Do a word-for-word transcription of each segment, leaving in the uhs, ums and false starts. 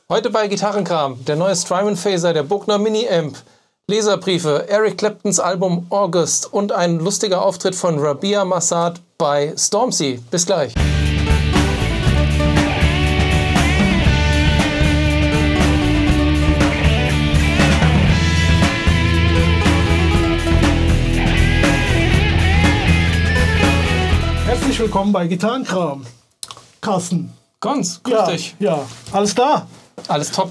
Heute bei Gitarrenkram, der neue Strymon Phaser, der Bogner Mini-Amp, Leserbriefe, Eric Claptons Album August und ein lustiger Auftritt von Rabia Massad bei Stormzy. Bis gleich. Herzlich willkommen bei Gitarrenkram. Carsten. Gons, grüß ja, dich. Ja, alles da? Alles top.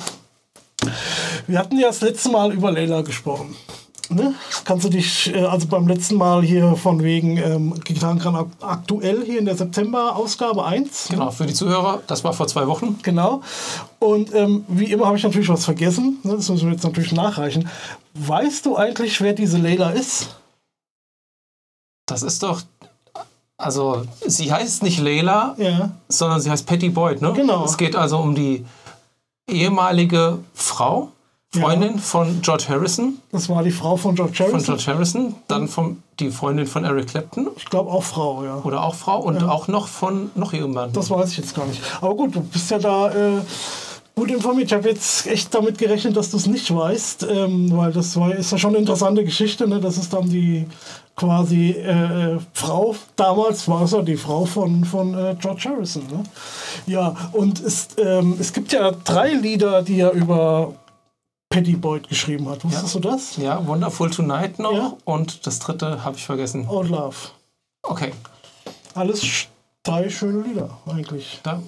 Wir hatten ja das letzte Mal über Layla gesprochen. Ne? Kannst du dich, also beim letzten Mal hier von wegen ähm, Gitarrenkram aktuell hier in der September-Ausgabe eins. Genau, für die Zuhörer, das war vor zwei Wochen. Genau. Und ähm, wie immer habe ich natürlich was vergessen. Ne? Das müssen wir jetzt natürlich nachreichen. Weißt du eigentlich, wer diese Layla ist? Das ist doch... Also, sie heißt nicht Layla, ja. sondern sie heißt Pattie Boyd, ne? Genau. Es geht also um die ehemalige Frau, Freundin ja. von George Harrison. Das war die Frau von George Harrison. Von George Harrison, dann von, die Freundin von Eric Clapton. Ich glaube auch Frau, ja. Oder auch Frau und ja. auch noch von noch jemandem. Das weiß ich jetzt gar nicht. Aber gut, du bist ja da äh, gut informiert. Ich habe jetzt echt damit gerechnet, dass du es nicht weißt, ähm, weil das war, ist ja schon eine interessante Geschichte. Ne? Das ist dann die quasi äh, Frau, damals war es ja die Frau von, von äh, George Harrison. Ne? Ja, und es, ähm, es gibt ja drei Lieder, die er über Pattie Boyd geschrieben hat. Wusstest ja. du das? Ja, Wonderful Tonight noch ja. und das dritte habe ich vergessen. Old Love. Okay. Alles drei schöne Lieder eigentlich. Da.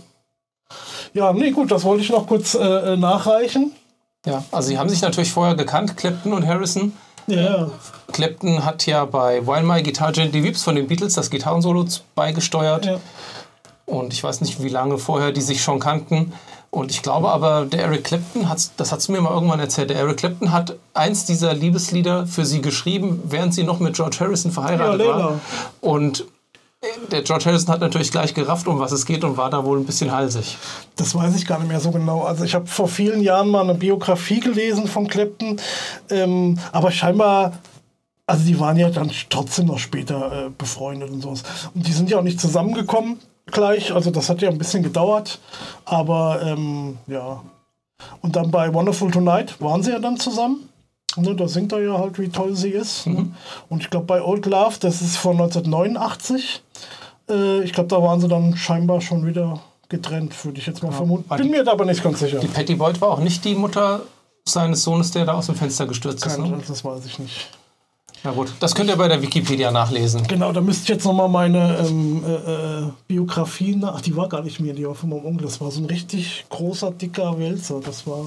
Ja, nee, gut, das wollte ich noch kurz äh, nachreichen. Ja, also sie haben sich natürlich vorher gekannt, Clapton und Harrison. Ja. Clapton hat ja bei While My Guitar Gently Weeps von den Beatles das Gitarrensolo beigesteuert. Ja. Und ich weiß nicht, wie lange vorher die sich schon kannten. Und ich glaube aber, der Eric Clapton, hat, das hat es mir mal irgendwann erzählt, der Eric Clapton hat eins dieser Liebeslieder für sie geschrieben, während sie noch mit George Harrison verheiratet ja, war. Und der George Harrison hat natürlich gleich gerafft, um was es geht und war da wohl ein bisschen halsig. Das weiß ich gar nicht mehr so genau. Also ich habe vor vielen Jahren mal eine Biografie gelesen von Clapton, ähm, aber scheinbar, also die waren ja dann trotzdem noch später äh, befreundet und sowas. Und die sind ja auch nicht zusammengekommen gleich, also das hat ja ein bisschen gedauert, aber ähm, ja. Und dann bei Wonderful Tonight waren sie ja dann zusammen. Ne, da singt er ja halt, wie toll sie ist. Mhm. Ne? Und ich glaube, bei Old Love, das ist von neunzehnhundertneunundachtzig, äh, ich glaube, da waren sie dann scheinbar schon wieder getrennt, würde ich jetzt mal ja, vermuten. Bin die, mir da aber nicht ganz sicher. Die Pattie Boyd war auch nicht die Mutter seines Sohnes, der da aus dem Fenster gestürzt Kein, ist. Ne? Das weiß ich nicht. Na gut, das könnt ihr bei der Wikipedia nachlesen. Genau, da müsste ich jetzt nochmal meine ähm, äh, Biografie nach... Ach, die war gar nicht mehr, die war von meinem Onkel. Das war so ein richtig großer, dicker Wälzer. Das war...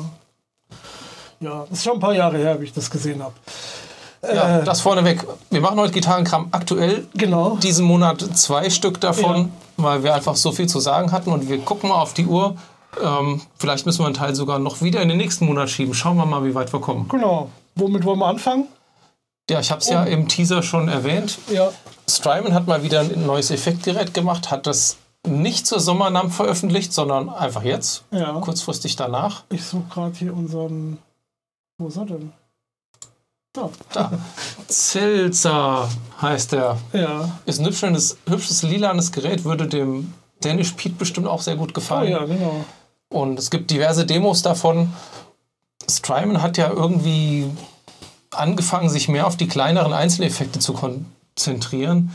Ja, das ist schon ein paar Jahre her, wie ich das gesehen habe. Ja, äh, das vorneweg. Wir machen heute Gitarrenkram aktuell. Genau. Diesen Monat zwei Stück davon, ja. weil wir einfach so viel zu sagen hatten. Und wir gucken mal auf die Uhr. Ähm, vielleicht müssen wir einen Teil sogar noch wieder in den nächsten Monat schieben. Schauen wir mal, wie weit wir kommen. Genau. Womit wollen wir anfangen? Ja, ich habe es oh. ja im Teaser schon erwähnt. Ja. Strymon hat mal wieder ein neues Effektgerät gemacht, hat das nicht zur Sommer N A M veröffentlicht, sondern einfach jetzt, ja. kurzfristig danach. Ich suche gerade hier unseren... Wo ist er denn? Da. Da. Zelza heißt der. Ja. Ist ein hübsches, hübsches lilanes Gerät, würde dem Danish Pete bestimmt auch sehr gut gefallen. Oh ja, genau. Und es gibt diverse Demos davon. Strymon hat ja irgendwie angefangen, sich mehr auf die kleineren Einzeleffekte zu konzentrieren.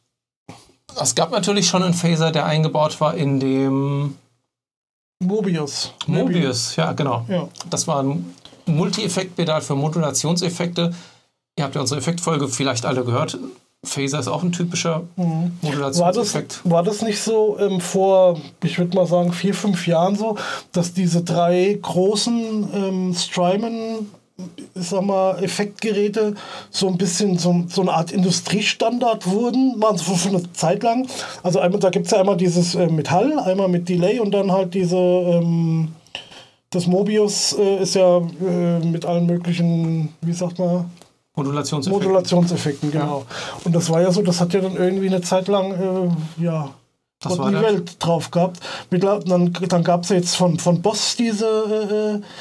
Es gab natürlich schon einen Phaser, der eingebaut war in dem Mobius. Mobius, ja genau. Ja. Das war ein Multi-Effekt-Pedal für Modulationseffekte. Ihr habt ja unsere Effektfolge vielleicht alle gehört. Phaser ist auch ein typischer mhm. Modulationseffekt. War das, war das nicht so ähm, vor, ich würde mal sagen, vier, fünf Jahren so, dass diese drei großen ähm, Strymon, ich sag mal, Effektgeräte so ein bisschen so, so eine Art Industriestandard wurden, waren so für eine Zeit lang. Also einmal, da gibt es ja einmal dieses äh, Metall, einmal mit Delay und dann halt diese... Ähm, Das Mobius äh, ist ja äh, mit allen möglichen, wie sagt man? Modulationseffekten. Modulationseffekten, genau. Ja. Und das war ja so, das hat ja dann irgendwie eine Zeit lang, äh, ja, das war die Welt drauf gehabt. Dann, dann gab es ja jetzt von, von Boss diese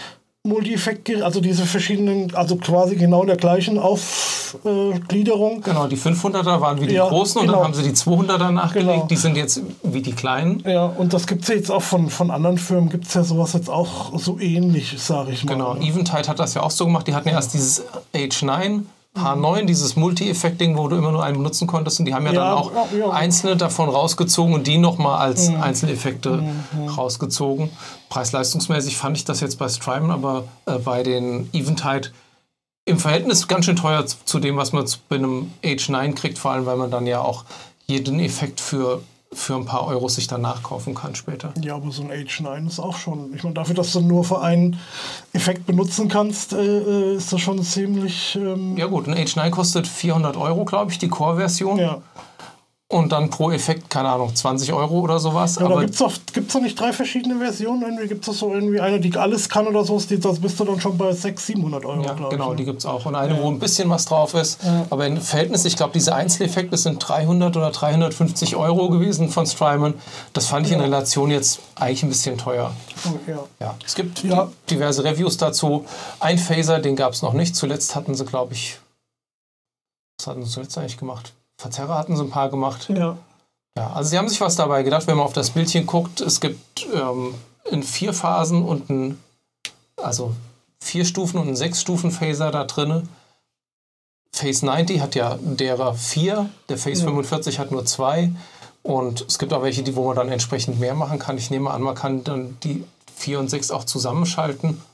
Multi-Effekt, also diese verschiedenen, also quasi genau in der gleichen Aufgliederung. Genau, die fünfhunderter waren wie die Ja, großen und genau. dann haben sie die zweihunderter nachgelegt. Genau. Die sind jetzt wie die kleinen. Ja, und das gibt es ja jetzt auch von, von anderen Firmen, gibt es ja sowas jetzt auch so ähnlich, sage ich mal. Genau, ne? Eventide hat das ja auch so gemacht. Die hatten ja erst dieses H neun, H neun, dieses Multi-Effekt-Ding, wo du immer nur einen benutzen konntest. Und die haben ja, Ja, dann auch ja, ja. einzelne davon rausgezogen und die nochmal als Einzeleffekte rausgezogen. Preis-leistungsmäßig fand ich das jetzt bei Strymon, aber äh, bei den Eventide im Verhältnis ganz schön teuer zu, zu dem, was man bei einem H neun kriegt. Vor allem, weil man dann ja auch jeden Effekt für, für ein paar Euros sich dann nachkaufen kann später. Ja, aber so ein H neun ist auch schon, ich meine, dafür, dass du nur für einen Effekt benutzen kannst, äh, ist das schon ziemlich... Ähm, Ja gut, ein H neun kostet vierhundert Euro, glaube ich, die Core-Version. ja. Und dann pro Effekt, keine Ahnung, zwanzig Euro oder sowas. Ja, da aber gibt es doch, gibt's doch nicht drei verschiedene Versionen. Irgendwie gibt es so irgendwie eine, die alles kann oder so. Die, das bist du dann schon bei sechshundert, siebenhundert Euro, ja, glaube genau, ich. Ne? die gibt es auch. Und eine, wo ein bisschen was drauf ist. Ja. Aber im Verhältnis, ich glaube, diese Einzeleffekte sind dreihundert oder dreihundertfünfzig Euro gewesen von Strymon. Das fand ich in Ja. Relation jetzt eigentlich ein bisschen teuer. Oh, ja. Ja, es gibt Ja. di- diverse Reviews dazu. Ein Phaser, den gab es noch nicht. Zuletzt hatten sie, glaube ich, was hatten sie zuletzt eigentlich gemacht? Verzerrer hatten sie ein paar gemacht. Ja. Ja, also sie haben sich was dabei gedacht, wenn man auf das Bildchen guckt. Es gibt ähm, in vier Phasen und ein, also vier Stufen und ein sechs Stufen Phaser da drin. Phase neunzig hat ja derer vier, der Phase Ja. fünfundvierzig hat nur zwei. Und es gibt auch welche, die, wo man dann entsprechend mehr machen kann. Ich nehme an, man kann dann die vier und sechs auch zusammenschalten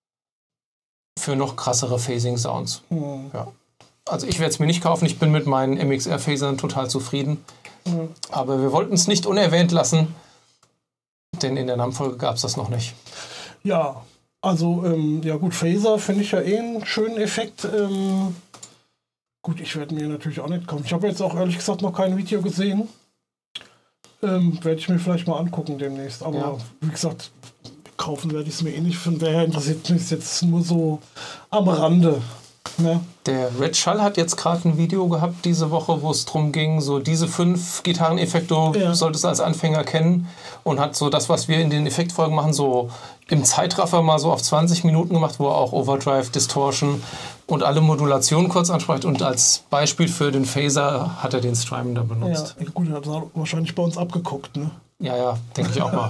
für noch krassere Phasing-Sounds. Hm. Ja. Also ich werde es mir nicht kaufen. Ich bin mit meinen M X R-Phasern total zufrieden. Hm. Aber wir wollten es nicht unerwähnt lassen, denn in der Namensfolge gab es das noch nicht. Ja, also, ähm, ja gut, Phaser finde ich ja eh einen schönen Effekt. Ähm, gut, ich werde mir natürlich auch nicht kaufen. Ich habe jetzt auch ehrlich gesagt noch kein Video gesehen. Ähm, werde ich mir vielleicht mal angucken demnächst. Aber Ja. wie gesagt, kaufen werde ich es mir eh nicht. Von daher interessiert mich jetzt nur so am Rande. Ne? Der Red Shell hat jetzt gerade ein Video gehabt diese Woche, wo es darum ging, so diese fünf Gitarreneffekte Ja. solltest du als Anfänger kennen und hat so das, was wir in den Effektfolgen machen, so im Zeitraffer mal so auf zwanzig Minuten gemacht, wo er auch Overdrive, Distortion und alle Modulationen kurz anspricht und als Beispiel für den Phaser hat er den Strymon da benutzt. Ja, gut, er hat wahrscheinlich bei uns abgeguckt. Ne? Ja, ja, denke ich auch mal.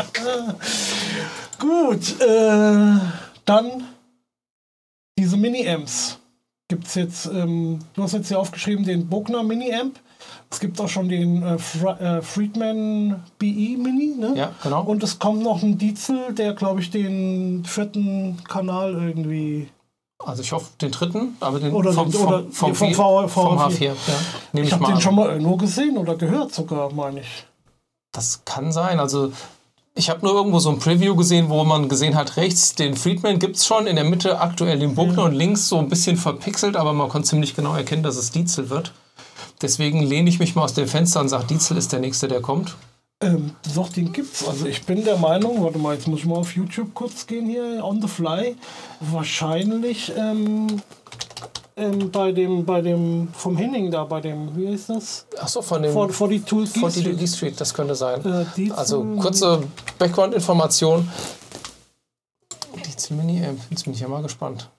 Gut, äh, dann diese Mini-Amps. Gibt es jetzt, ähm, du hast jetzt hier aufgeschrieben, den Bogner Mini-Amp. Es gibt auch schon den äh, Fra äh, Friedman B E Mini, ne? Ja, genau. Und es kommt noch ein Diesel, der, glaube ich, den vierten Kanal irgendwie... Also ich hoffe den dritten, aber den Oder vom, den- vom, oder- vom, vom V- V- vom V- H vier. Ja, nehme Ich ich habe mal den an. schon mal irgendwo gesehen oder gehört sogar, meine ich. Das kann sein. Also ich habe nur irgendwo so ein Preview gesehen, wo man gesehen hat, rechts den Friedman gibt es schon, in der Mitte aktuell den Bogner und links so ein bisschen verpixelt, aber man konnte ziemlich genau erkennen, dass es Diesel wird. Deswegen lehne ich mich mal aus dem Fenster und sage, Diesel ist der Nächste, der kommt. Ähm, doch, den gibt's. Also ich bin der Meinung, warte mal, jetzt muss ich mal auf YouTube kurz gehen hier, on the fly. Wahrscheinlich ähm, ähm, bei dem, bei dem, vom Henning da, bei dem, wie heißt das? Achso, von dem Vor, vor die Tools. von die D Street, das könnte sein. Äh, Diesel- Also kurze Background-Information. Diesel Mini-Amp, jetzt bin ich ja mal gespannt.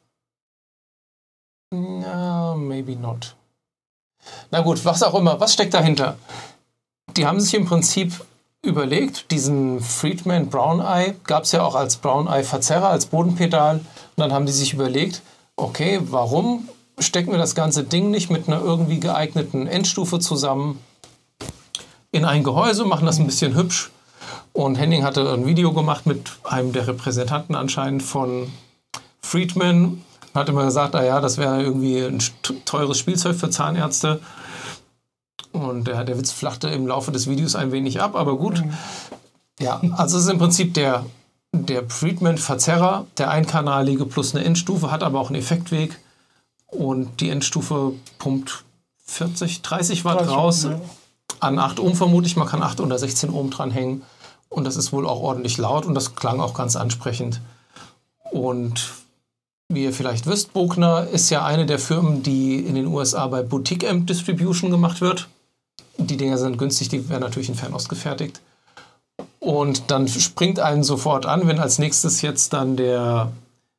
Ja, maybe not. Na gut, was auch immer, was steckt dahinter? Die haben sich im Prinzip überlegt, diesen Friedman Brown Eye gab es ja auch als Brown Eye Verzerrer, als Bodenpedal. Und dann haben die sich überlegt, okay, warum stecken wir das ganze Ding nicht mit einer irgendwie geeigneten Endstufe zusammen in ein Gehäuse, machen das ein bisschen hübsch. Und Henning hatte ein Video gemacht mit einem der Repräsentanten anscheinend von Friedman. Hat immer gesagt, ah ja, das wäre irgendwie ein teures Spielzeug für Zahnärzte. Und der, der Witz flachte im Laufe des Videos ein wenig ab, aber gut. Mhm. Ja, also es ist im Prinzip der, der Friedman-Verzerrer, der einkanalige plus eine Endstufe, hat aber auch einen Effektweg. Und die Endstufe pumpt vierzig, dreißig Watt raus. Ja. An acht Ohm vermute ich, man kann acht oder sechzehn Ohm dranhängen. Und das ist wohl auch ordentlich laut und das klang auch ganz ansprechend. Und wie ihr vielleicht wisst, Bogner ist ja eine der Firmen, die in den U S A bei Boutique Amp Distribution gemacht wird. Die Dinger sind günstig, die werden natürlich in Fernost gefertigt. Und dann springt einen sofort an, wenn als nächstes jetzt dann der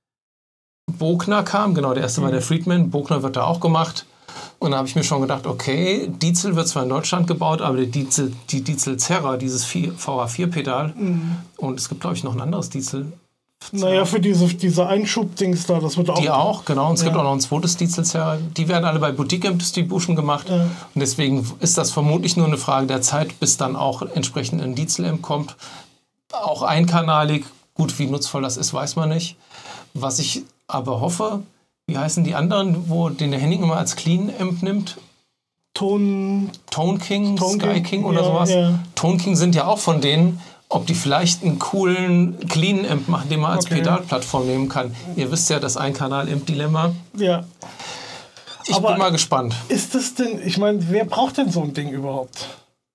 Bogner kam, genau, der erste mhm. war der Friedman, Bogner wird da auch gemacht. Und da habe ich mir schon gedacht, okay, Diezel wird zwar in Deutschland gebaut, aber die Diezel, die Diezel Zerra, dieses V H vier Pedal, mhm. und es gibt, glaube ich, noch ein anderes Diezel. Naja, für diese, diese Einschub-Dings da, das wird auch... Die auch, genau. Und es ja. gibt auch noch ein zweites Diezel Zerra. Die werden alle bei Boutique Amp Distribution gemacht. Ja. Und deswegen ist das vermutlich nur eine Frage der Zeit, bis dann auch entsprechend ein Diezel Amp kommt. Auch einkanalig. Gut, wie nutzvoll das ist, weiß man nicht. Was ich aber hoffe... Wie heißen die anderen, wo den der Henning immer als Clean Amp nimmt? Tone, Tone King, Tone Sky King, King oder ja, sowas. Ja. Tone King sind ja auch von denen, ob die vielleicht einen coolen Clean Amp machen, den man als okay. Pedalplattform nehmen kann. Ihr wisst ja, das Einkanal-Amp-Dilemma. Ja. Ich Aber bin mal gespannt. Ist das denn, ich meine, wer braucht denn so ein Ding überhaupt?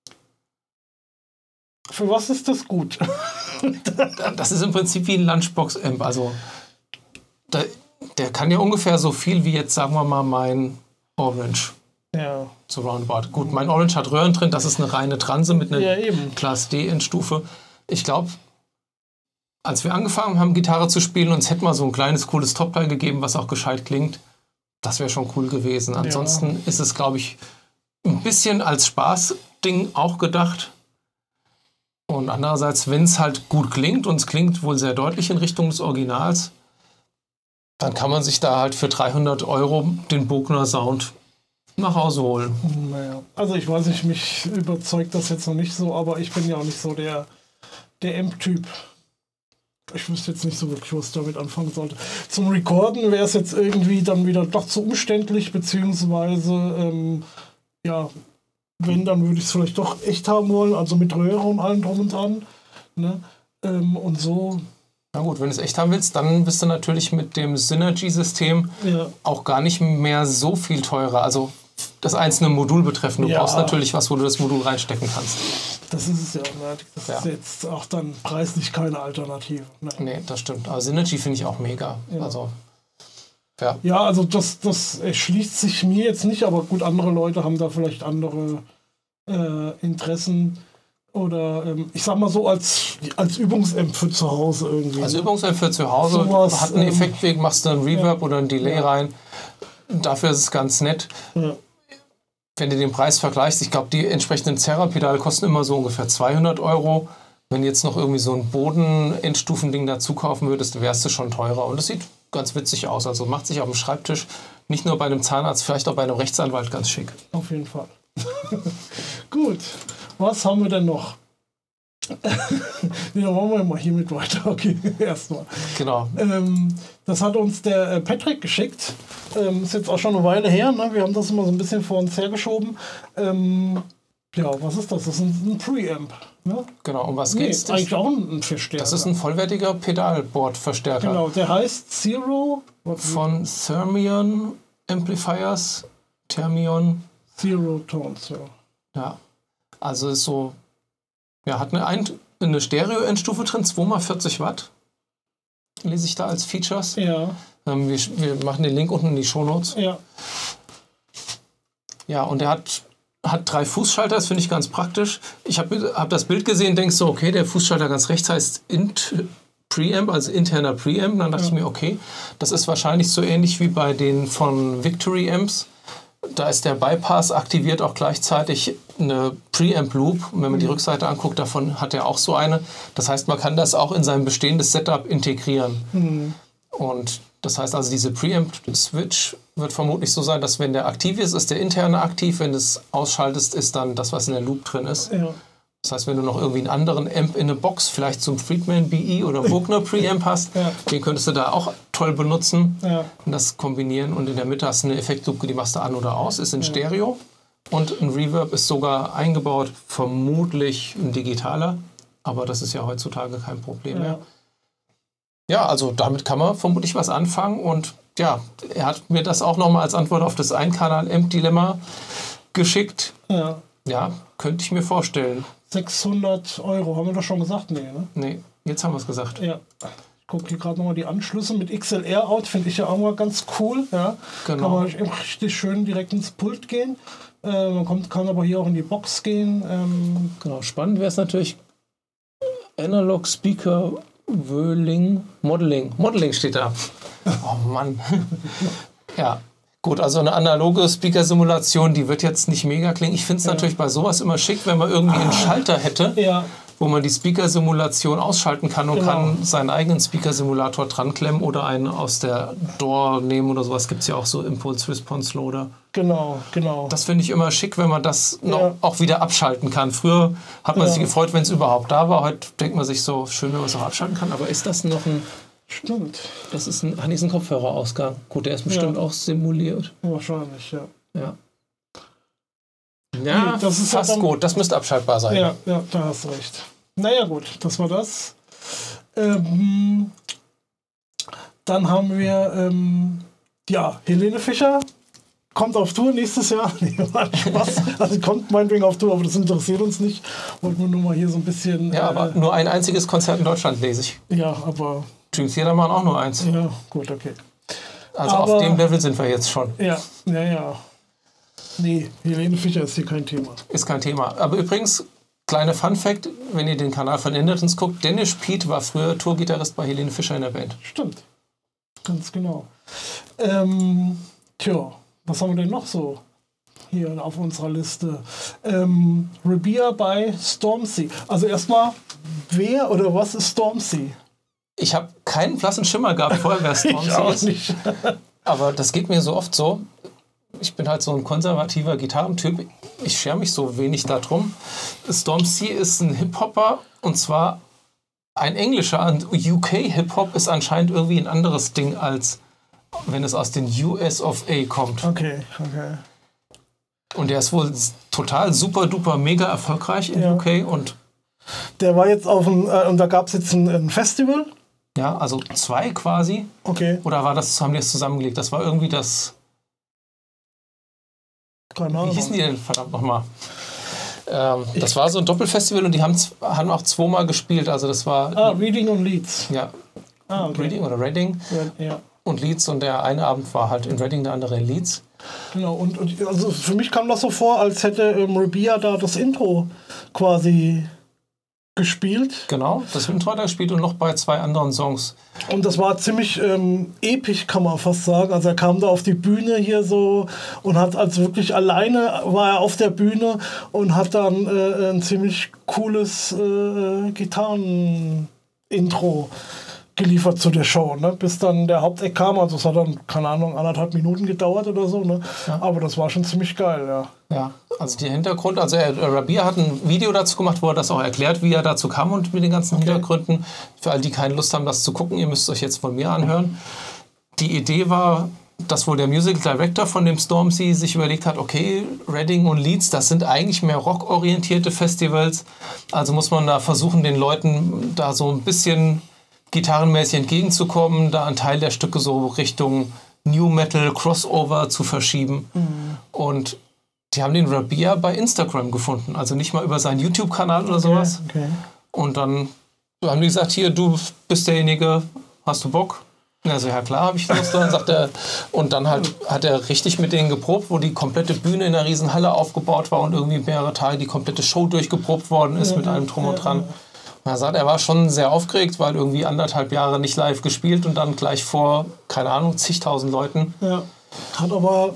Für was ist das gut? Das ist im Prinzip wie ein Lunchbox-Amp. Also, da, der kann ja ungefähr so viel wie jetzt, sagen wir mal, mein Orange. Ja. So roundabout. Gut, mein Orange hat Röhren drin, das ist eine reine Transe mit einer ja, Class D Endstufe. Ich glaube, als wir angefangen haben, Gitarre zu spielen, uns hätte mal so ein kleines, cooles Top-Teil gegeben, was auch gescheit klingt. Das wäre schon cool gewesen. Ansonsten ja. ist es, glaube ich, ein bisschen als Spaßding auch gedacht. Und andererseits, wenn es halt gut klingt, und es klingt wohl sehr deutlich in Richtung des Originals, dann kann man sich da halt für dreihundert Euro den Bogner Sound nach Hause holen. Naja, also ich weiß nicht, mich überzeugt das jetzt noch nicht so, aber ich bin ja auch nicht so der, der Amp-Typ. Ich wüsste jetzt nicht so wirklich, was ich damit anfangen sollte. Zum Recorden wäre es jetzt irgendwie dann wieder doch zu umständlich, beziehungsweise, ähm, ja, wenn, dann würde ich es vielleicht doch echt haben wollen, also mit Röhre und allem drum und dran. Ne? Ähm, und so... Na gut, wenn du es echt haben willst, dann bist du natürlich mit dem Synergy-System ja. auch gar nicht mehr so viel teurer. Also das einzelne Modul betreffend. Du ja. brauchst natürlich was, wo du das Modul reinstecken kannst. Das ist es ja. Ne? Das ja. ist jetzt auch dann preislich keine Alternative. Ne? Nee, das stimmt. Aber Synergy finde ich auch mega. Ja. Also, ja. ja, also das, das erschließt sich mir jetzt nicht, aber gut, andere Leute haben da vielleicht andere äh, Interessen. Oder ähm, ich sag mal so als, als Übungsamp für zu Hause irgendwie. Als Übungsamp für zu Hause, so was, hat einen ähm, Effektweg, machst du einen Reverb ja. oder einen Delay ja. rein. Dafür ist es ganz nett. Ja. Wenn du den Preis vergleichst, ich glaube, die entsprechenden Zerra-Pedale kosten immer so ungefähr zweihundert Euro. Wenn du jetzt noch irgendwie so ein Boden-Endstufending dazu kaufen würdest, wärst du schon teurer. Und das sieht ganz witzig aus. Also macht sich auf dem Schreibtisch, nicht nur bei einem Zahnarzt, vielleicht auch bei einem Rechtsanwalt ganz schick. Auf jeden Fall. Gut. Was haben wir denn noch? Ja, machen wir mal hiermit weiter. Okay, erstmal. Genau. Ähm, das hat uns der äh, Patrick geschickt. Ähm, ist jetzt auch schon eine Weile her. Ne? Wir haben das immer so ein bisschen vor uns hergeschoben. Ähm, ja, was ist das? Das ist ein, ein Preamp. Ne? Genau, um was nee, geht's? Das ist eigentlich auch ein Verstärker. Das ist ein vollwertiger Pedalboard-Verstärker. Genau, der heißt Zero. Von Thermion Amplifiers. Thermion. Zero Tones, ja. Ja. Also ist so, ja, hat eine, Ein- eine Stereo-Endstufe drin, zwei mal vierzig Watt. Lese ich da als Features. Ja. Ähm, wir, wir machen den Link unten in die Shownotes. Ja. Ja, und er hat, hat drei Fußschalter, das finde ich ganz praktisch. Ich habe hab das Bild gesehen, denkst so, okay, der Fußschalter ganz rechts heißt Int Preamp, also interner Preamp. Dann dachte ja. ich mir, okay, das ist wahrscheinlich so ähnlich wie bei den von Victory Amps. Da ist der Bypass aktiviert auch gleichzeitig eine Preamp-Loop. Und wenn man die Rückseite anguckt, davon hat er auch so eine. Das heißt, man kann das auch in sein bestehendes Setup integrieren. Mhm. Und das heißt also, diese Preamp-Switch wird vermutlich so sein, dass wenn der aktiv ist, ist der interne aktiv. Wenn du es ausschaltest, ist dann das, was in der Loop drin ist. Ja. Das heißt, wenn du noch irgendwie einen anderen Amp in eine Box, vielleicht zum Friedman B E oder Bogner Preamp hast, ja. den könntest du da auch toll benutzen ja. und das kombinieren. Und in der Mitte hast du eine Effektlupe, die machst du an oder aus, ist in Stereo. Und ein Reverb ist sogar eingebaut, vermutlich ein digitaler. Aber das ist ja heutzutage kein Problem mehr. Ja, also damit kann man vermutlich was anfangen. Und ja, er hat mir das auch nochmal als Antwort auf das Einkanal-Amp-Dilemma geschickt. Ja. Ja, könnte ich mir vorstellen. sechshundert Euro, haben wir doch schon gesagt? Nee, ne? Nee, jetzt haben wir es gesagt. Ja. Ich gucke hier gerade nochmal die Anschlüsse mit X L R-Out, finde ich ja auch mal ganz cool. Ja. Genau. Kann man richtig schön direkt ins Pult gehen. Äh, man kommt, kann aber hier auch in die Box gehen. Ähm genau, spannend wäre es natürlich Analog Speaker Wöhling Modeling. Modeling steht da. Oh Mann. Ja, gut, also eine analoge Speaker-Simulation, die wird jetzt nicht mega klingen. Ich finde es ja. natürlich bei sowas immer schick, wenn man irgendwie einen Schalter hätte, ja. wo man die Speaker-Simulation ausschalten kann und genau. kann seinen eigenen Speaker-Simulator dran klemmen oder einen aus der D A W nehmen oder sowas. Gibt es ja auch so Impulse-Response-Loader. Genau, genau. Das finde ich immer schick, wenn man das noch ja. auch wieder abschalten kann. Früher hat man ja. sich gefreut, wenn es überhaupt da war. Heute denkt man sich so, schön, wenn man es auch abschalten kann. Aber ist das noch ein... Stimmt. Das ist ein, ach, nee, ist ein Kopfhörerausgang. Gut, der ist bestimmt ja. auch simuliert. Wahrscheinlich, ja. Ja, ja nee, das ist fast dann, gut. Das müsste abschaltbar sein. Ja, ja, da hast du recht. Naja, gut, das war das. Ähm, dann haben wir, ähm, ja, Helene Fischer kommt auf Tour nächstes Jahr. Nee, war Spaß. Also sie kommt meinetwegen auf Tour, aber das interessiert uns nicht. Wollten wir nur mal hier so ein bisschen... Ja, äh, aber nur ein einziges Konzert in Deutschland lese ich. Ja, aber... Dream Theater machen auch nur eins. Ja, gut, okay. Also aber, auf dem Level sind wir jetzt schon. Ja, ja, ja. Nee, Helene Fischer ist hier kein Thema. Ist kein Thema. Aber übrigens, kleiner Fun-Fact, wenn ihr den Kanal von Indertons guckt, Dennis Piet war früher Tourgitarrist bei Helene Fischer in der Band. Stimmt. Ganz genau. Ähm, tja, was haben wir denn noch so hier auf unserer Liste? Ähm, Rabia bei Stormzy. Also erstmal, wer oder was ist Stormzy? Ich habe keinen blassen Schimmer gehabt vorher, wer Stormzy ist. Nicht. Aber das geht mir so oft so. Ich bin halt so ein konservativer Gitarrentyp. Ich schere mich so wenig darum. Stormzy ist ein Hip-Hopper und zwar ein englischer. Und U K-Hip-Hop ist anscheinend irgendwie ein anderes Ding, als wenn es aus den U S of A kommt. Okay, okay. Und der ist wohl total super duper mega erfolgreich in ja. U K. Und der war jetzt auf dem, äh, und da gab es jetzt ein, ein Festival? Ja, also zwei quasi. Okay. Oder war das, haben die es zusammengelegt? Das war irgendwie das... Keine Ahnung. Wie hießen die denn verdammt nochmal? Ähm, das war so ein Doppelfestival und die haben, haben auch zweimal gespielt. Also das war... Ah, Reading und Leeds. Ja. Ah, okay. Reading oder Reading. Ja. Und Leeds und der eine Abend war halt in Reading, der andere in Leeds. Genau, und, und also für mich kam das so vor, als hätte ähm, Rabia da das Intro quasi gespielt. Genau, das Intro hat er gespielt und noch bei zwei anderen Songs. Und das war ziemlich ähm, episch, kann man fast sagen. Also er kam da auf die Bühne hier so und hat also wirklich alleine war er auf der Bühne und hat dann äh, ein ziemlich cooles äh, Gitarren-Intro geliefert zu der Show, ne? Bis dann der Haupteck kam, also es hat dann, keine Ahnung, anderthalb Minuten gedauert oder so, ne? Ja. Aber das war schon ziemlich geil, ja. Ja, also der Hintergrund, also er, Rabia hat ein Video dazu gemacht, wo er das auch erklärt, wie er dazu kam und mit den ganzen okay. Hintergründen. Für all die keine Lust haben, das zu gucken, ihr müsst euch jetzt von mir anhören. Die Idee war, dass wohl der Musical Director von dem Stormzy sich überlegt hat, okay, Reading und Leeds, das sind eigentlich mehr rockorientierte Festivals, also muss man da versuchen, den Leuten da so ein bisschen gitarrenmäßig entgegenzukommen, da einen Teil der Stücke so Richtung New Metal, Crossover zu verschieben. Mhm. Und die haben den Rabia bei Instagram gefunden, also nicht mal über seinen YouTube-Kanal oder okay, sowas. Okay. Und dann haben die gesagt, hier, du bist derjenige, hast du Bock? Also ja klar, habe ich Lust. Dann sagt er, und dann halt hat er richtig mit denen geprobt, wo die komplette Bühne in einer riesen Halle aufgebaut war und irgendwie mehrere Tage die komplette Show durchgeprobt worden ist ja, mit allem Drum und Dran. Er sagt, er war schon sehr aufgeregt, weil irgendwie anderthalb Jahre nicht live gespielt und dann gleich vor, keine Ahnung, zigtausend Leuten. Ja, hat aber,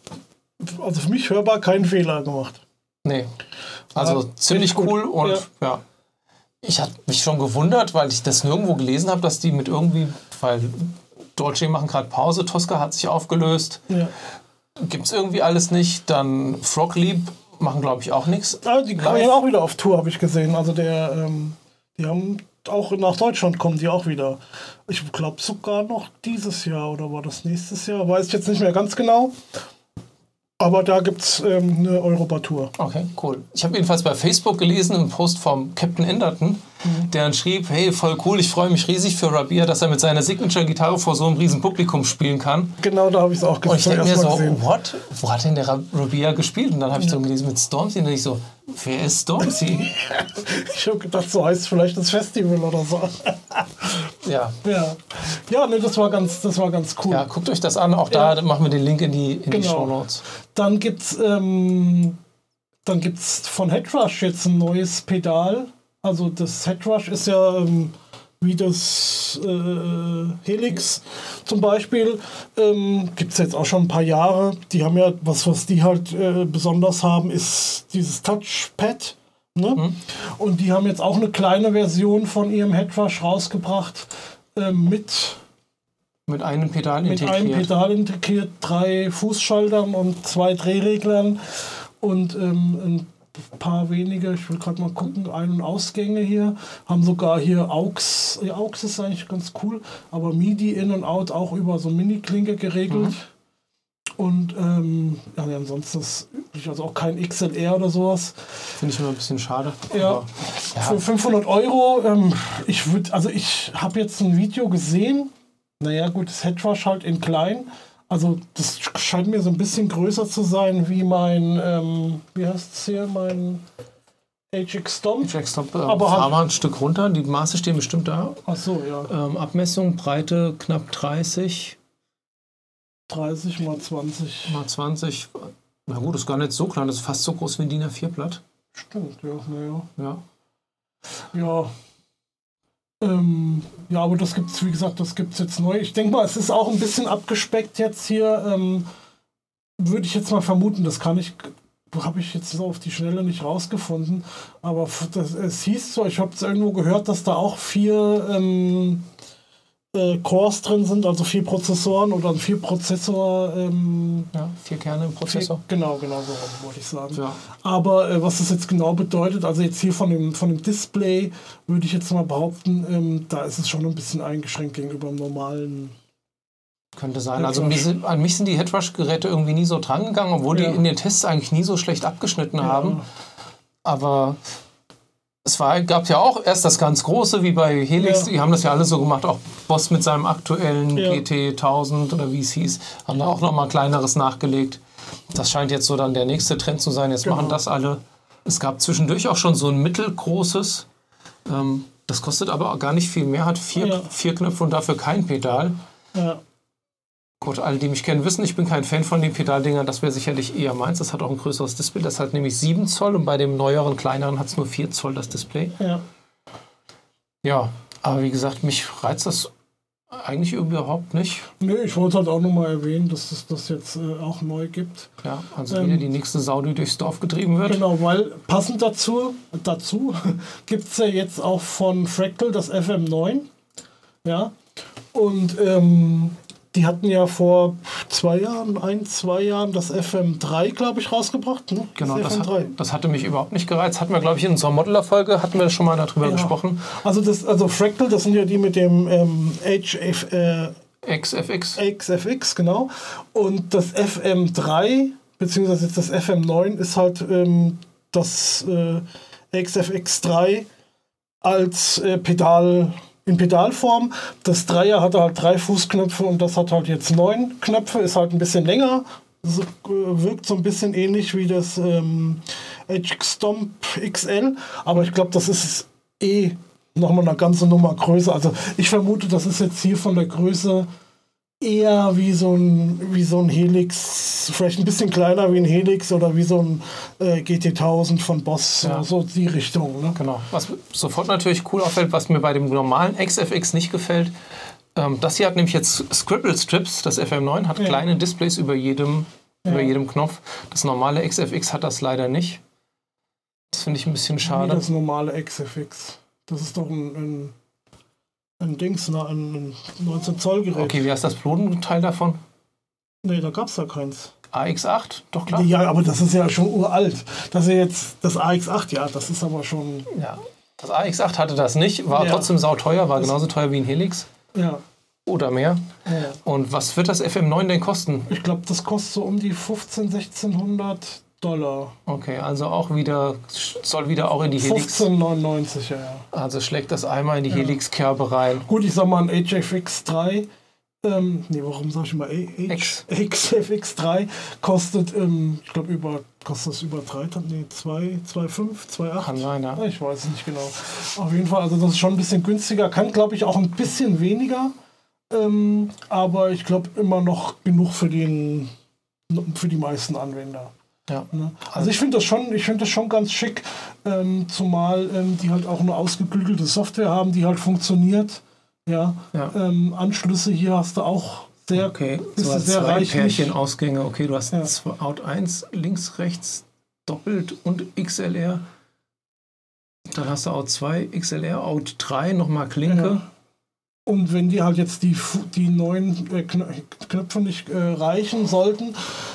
also für mich hörbar, keinen Fehler gemacht. Nee, also ja, ziemlich cool und ja. ja. Ich hatte mich schon gewundert, weil ich das nirgendwo gelesen habe, dass die mit irgendwie, weil Dolce machen gerade Pause, Tosca hat sich aufgelöst, ja. Gibt es irgendwie alles nicht, dann Frog Leap machen glaube ich auch nichts. Ja, die kommen ja auch wieder auf Tour, habe ich gesehen, also der... Ähm Die haben auch nach Deutschland kommen die auch wieder. Ich glaube sogar noch dieses Jahr oder war das nächstes Jahr? Weiß ich jetzt nicht mehr ganz genau. Aber da gibt es ähm, eine Europa-Tour. Okay, cool. Ich habe jedenfalls bei Facebook gelesen, einen Post vom Captain Enderton, mhm. der dann schrieb, hey, voll cool, ich freue mich riesig für Rabia, dass er mit seiner Signature-Gitarre vor so einem riesen Publikum spielen kann. Genau, da habe ich es auch gesehen. Und ich denke mir so, gesehen. what? Wo hat denn der Rabia gespielt? Und dann habe ich ja. so gelesen mit Stormzy und dann ich so, wer ist Stormzy? Ich habe gedacht, so heißt vielleicht das Festival oder so. Ja. Ja, ja nee, das war ganz, das war ganz cool. Ja, guckt euch das an. Auch da ja. machen wir den Link in die, in genau. die Shownotes. Dann gibt's, ähm, dann gibt's von Headrush jetzt ein neues Pedal. Also das Headrush ist ja, ähm, wie das äh, Helix zum Beispiel. Ähm, gibt es jetzt auch schon ein paar Jahre. Die haben ja, was, was die halt äh, besonders haben, ist dieses Touchpad. Ne? Mhm. Und die haben jetzt auch eine kleine Version von ihrem Headrush rausgebracht äh, mit... Mit einem Pedal mit integriert. Mit einem Pedal integriert, drei Fußschaltern und zwei Drehreglern und ähm, ein paar wenige, ich will gerade mal gucken, Ein- und Ausgänge hier, haben sogar hier AUX, ja, AUX ist eigentlich ganz cool, aber MIDI in und out auch über so Mini-Klinke geregelt. Mhm. Und ähm, ja, ansonsten ist üblich, also auch kein X L R oder sowas. Finde ich immer ein bisschen schade. Ja, aber, ja. Für fünfhundert Euro, ähm, ich würde, also ich habe jetzt ein Video gesehen. Naja, gut, das Headrush halt in klein. Also, das scheint mir so ein bisschen größer zu sein wie mein, ähm, wie heißt es hier, mein H X Stomp. H X Stomp, äh, aber halt ein Stück runter, die Maße stehen bestimmt da. Ach so, ja. Ähm, Abmessung, Breite knapp dreißig. dreißig mal zwanzig. Mal zwanzig. Na gut, ist gar nicht so klein, das ist fast so groß wie ein DIN A vier Blatt. Stimmt, ja, naja. Ja. Ja. Ähm, ja, aber das gibt's, wie gesagt, das gibt's jetzt neu. Ich denke mal, es ist auch ein bisschen abgespeckt jetzt hier. Ähm, würde ich jetzt mal vermuten, das kann ich, habe ich jetzt so auf die Schnelle nicht rausgefunden. Aber das, es hieß so, ich habe es irgendwo gehört, dass da auch vier ähm, äh, Cores drin sind, also vier Prozessoren oder ein vier Prozessor. Ähm, ja, vier Kerne im Prozessor. Vier, genau, genau so wollte ich sagen. Ja. Aber äh, was das jetzt genau bedeutet, also jetzt hier von dem, von dem Display, würde ich jetzt mal behaupten, ähm, da ist es schon ein bisschen eingeschränkt gegenüber dem normalen. Könnte sein. Also mich, an mich sind die Headrush-Geräte irgendwie nie so dran gegangen, obwohl ja. die in den Tests eigentlich nie so schlecht abgeschnitten ja. haben. Aber es war, gab ja auch erst das ganz Große, wie bei Helix, ja. die haben das ja alle so gemacht, auch Boss mit seinem aktuellen ja. G T tausend oder wie es hieß, haben da auch nochmal kleineres nachgelegt. Das scheint jetzt so dann der nächste Trend zu sein, jetzt genau. machen das alle. Es gab zwischendurch auch schon so ein mittelgroßes, ähm, das kostet aber auch gar nicht viel mehr, hat vier, ja. vier Knöpfe und dafür kein Pedal. Ja. Gut, alle, die mich kennen, wissen, ich bin kein Fan von den Pedaldingern. Das wäre sicherlich eher meins. Das hat auch ein größeres Display. Das hat nämlich sieben Zoll und bei dem neueren, kleineren hat es nur vier Zoll, das Display. Ja. Ja, aber wie gesagt, mich reizt das eigentlich überhaupt nicht. Nee, ich wollte halt auch nochmal erwähnen, dass es das jetzt äh, auch neu gibt. Ja, also ähm, wieder die nächste Sau, die durchs Dorf getrieben wird. Genau, weil passend dazu, dazu gibt es ja jetzt auch von Fractal das F M neun. Ja, und ähm, die hatten ja vor zwei Jahren, ein, zwei Jahren das F M drei, glaube ich, rausgebracht. Ne? Genau, das, das, hat, das hatte mich überhaupt nicht gereizt. Hatten wir, glaube ich, in unserer Modeler-Folge, hatten wir schon mal darüber ja. gesprochen. Also, das, also Fractal, das sind ja die mit dem ähm, H F, äh, X F X. X F X, genau. Und das F M drei, beziehungsweise jetzt das F M neun, ist halt ähm, das äh, X F X drei als äh, Pedal... in Pedalform. Das Dreier hatte halt drei Fußknöpfe und das hat halt jetzt neun Knöpfe, ist halt ein bisschen länger, so, äh, wirkt so ein bisschen ähnlich wie das ähm, H X Stomp X L, aber ich glaube, das ist eh nochmal eine ganze Nummer größer. Also ich vermute, das ist jetzt hier von der Größe eher wie so ein, wie so ein Helix, vielleicht ein bisschen kleiner wie ein Helix oder wie so ein äh, G T tausend von Boss, ja. so die Richtung. Ne? Genau. Was sofort natürlich cool auffällt, was mir bei dem normalen X F X nicht gefällt, ähm, das hier hat nämlich jetzt Scribble Strips, das F M neun hat ja. kleine Displays über jedem, ja. über jedem Knopf. Das normale X F X hat das leider nicht. Das finde ich ein bisschen schade. Wie das normale X F X. Das ist doch ein... ein Ein Dings, ne, ein neunzehn Zoll Gerät. Okay, wie heißt das Bodenteil davon? Nee, da gab es ja keins. A X acht? Doch, klar. Ja, aber das ist ja schon uralt. Das ist jetzt das A X acht, ja, das ist aber schon... Ja, das A X acht hatte das nicht, war ja. trotzdem sauteuer, war das genauso teuer wie ein Helix. Ja. Oder mehr. Ja. Und was wird das F M neun denn kosten? Ich glaube, das kostet so um die fünfzehnhundert, sechzehnhundert Dollar. Okay, also auch wieder, soll wieder auch in die Helix... fünfzehn neunundneunzig, ja, ja. Also schlägt das einmal in die ja. Helix-Kerbe rein. Gut, ich sag mal, ein H F X drei, ähm, nee, warum sag ich mal X F X drei kostet, ähm, ich glaube, über, kostet das über dreitausend, nee, zwei, zwei Komma fünf, zwei Komma acht? Kann sein, ja. Ich weiß es nicht genau. Auf jeden Fall, also das ist schon ein bisschen günstiger, kann, glaube ich, auch ein bisschen weniger, ähm, aber ich glaube immer noch genug für den, für die meisten Anwender. Ja. Ne? Also ich finde das schon, ich finde das schon ganz schick, ähm, zumal ähm, die halt auch eine ausgeklügelte Software haben, die halt funktioniert. Ja. Ja. Ähm, Anschlüsse hier hast du auch sehr, Okay, ist so sehr zwei reichlich. Pärchenausgänge. Okay, du hast Ja. Out eins links, rechts, doppelt und X L R. Dann hast du Out zwei, X L R, Out drei, nochmal Klinke. Ja. Und wenn die halt jetzt die, die neuen äh, Knöpfe nicht äh, reichen sollten,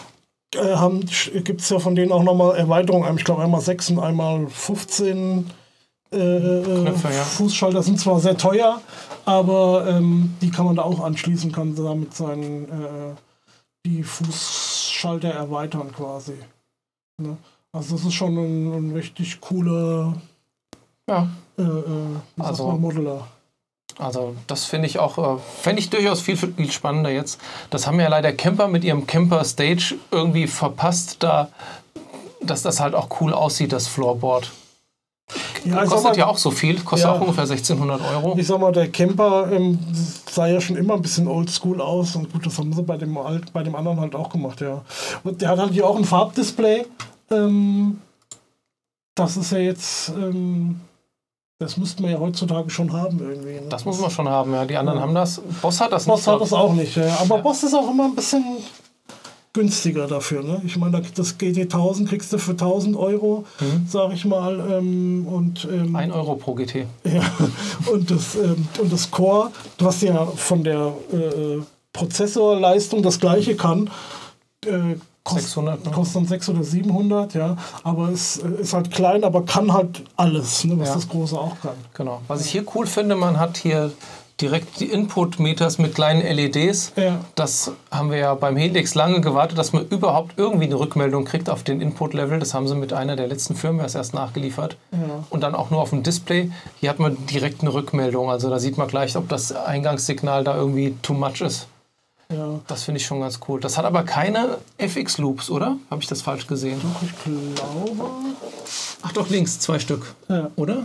äh, gibt es ja von denen auch nochmal Erweiterungen. Ich glaube einmal sechs und einmal fünfzehn äh, Knöpfe, ja. Fußschalter sind zwar sehr teuer, aber ähm, die kann man da auch anschließen, kann damit seinen äh, die Fußschalter erweitern quasi. Ne? Also das ist schon ein, ein richtig cooler ja. äh, äh, wie also, sagt man, Modeler. Also das finde ich auch, äh, fände ich durchaus viel, viel spannender jetzt. Das haben ja leider Camper mit ihrem Camper Stage irgendwie verpasst, da, dass das halt auch cool aussieht, das Floorboard. Ja, kostet mal, ja auch so viel, kostet ja, auch ungefähr sechzehnhundert Euro. Ich sag mal, der Camper ähm, sah ja schon immer ein bisschen oldschool aus und gut, das haben sie bei dem, alt, bei dem anderen halt auch gemacht, ja. Und der hat halt hier auch ein Farbdisplay. Ähm, das ist ja jetzt, ähm, das müssten wir ja heutzutage schon haben irgendwie. Ne? Das muss man schon haben, ja. Die anderen ja. haben das. Boss hat das Boss nicht. Boss hat das auch nicht, ja. Aber ja. Boss ist auch immer ein bisschen günstiger dafür. Ne? Ich meine, das G T tausend kriegst du für tausend Euro, mhm. sag ich mal. Ähm, und, ähm, ein Euro pro G T. Ja, und das, ähm, und das Core, was ja von der äh, Prozessorleistung das gleiche kann, äh, kost, sechshundert, ne? kostet dann sechshundert oder siebenhundert, ja. Aber es äh, ist halt klein, aber kann halt alles, ne, was ja. das Große auch kann. Genau. Was ich hier cool finde, man hat hier direkt die Input-Meters mit kleinen L E Ds. Ja. Das haben wir ja beim Helix lange gewartet, dass man überhaupt irgendwie eine Rückmeldung kriegt auf den Input-Level. Das haben sie mit einer der letzten Firmwares erst nachgeliefert. Ja. Und dann auch nur auf dem Display. Hier hat man direkt eine Rückmeldung. Also da sieht man gleich, ob das Eingangssignal da irgendwie too much ist. Ja. Das finde ich schon ganz cool. Das hat aber keine F X-Loops, oder? Habe ich das falsch gesehen? Doch, ich glaube... Ach doch, links, zwei Stück. Ja. Oder?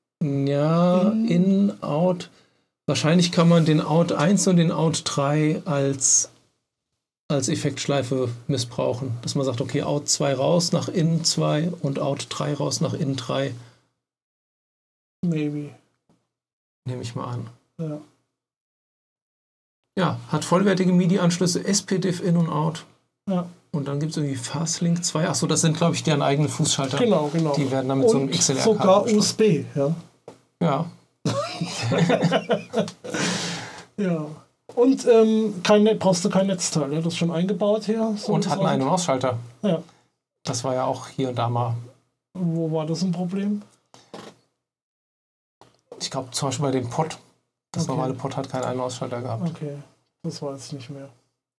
Ja, in, in out... Wahrscheinlich kann man den Out eins und den Out drei als, als Effektschleife missbrauchen. Dass man sagt, okay, Out zwei raus nach In zwei und Out drei raus nach In drei. Maybe. Nehme ich mal an. Ja. Ja, hat vollwertige MIDI-Anschlüsse, S P D I F In und Out. Ja. Und dann gibt es irgendwie Fastlink zwei. Achso, das sind, glaube ich, deren eigenen Fußschalter. Genau, genau. Die werden dann mit und so einem X L R sogar U S B, ja. Ja. Ja. Und ähm, kein, brauchst du kein Netzteil, ja? Das ist schon eingebaut hier. So und hatten einen Ausschalter. Ja. Das war ja auch hier und da mal. Wo war das ein Problem? Ich glaube zum Beispiel bei dem Pod. Das okay. normale Pod hat keinen einen Ausschalter gehabt. Okay, das weiß ich nicht mehr.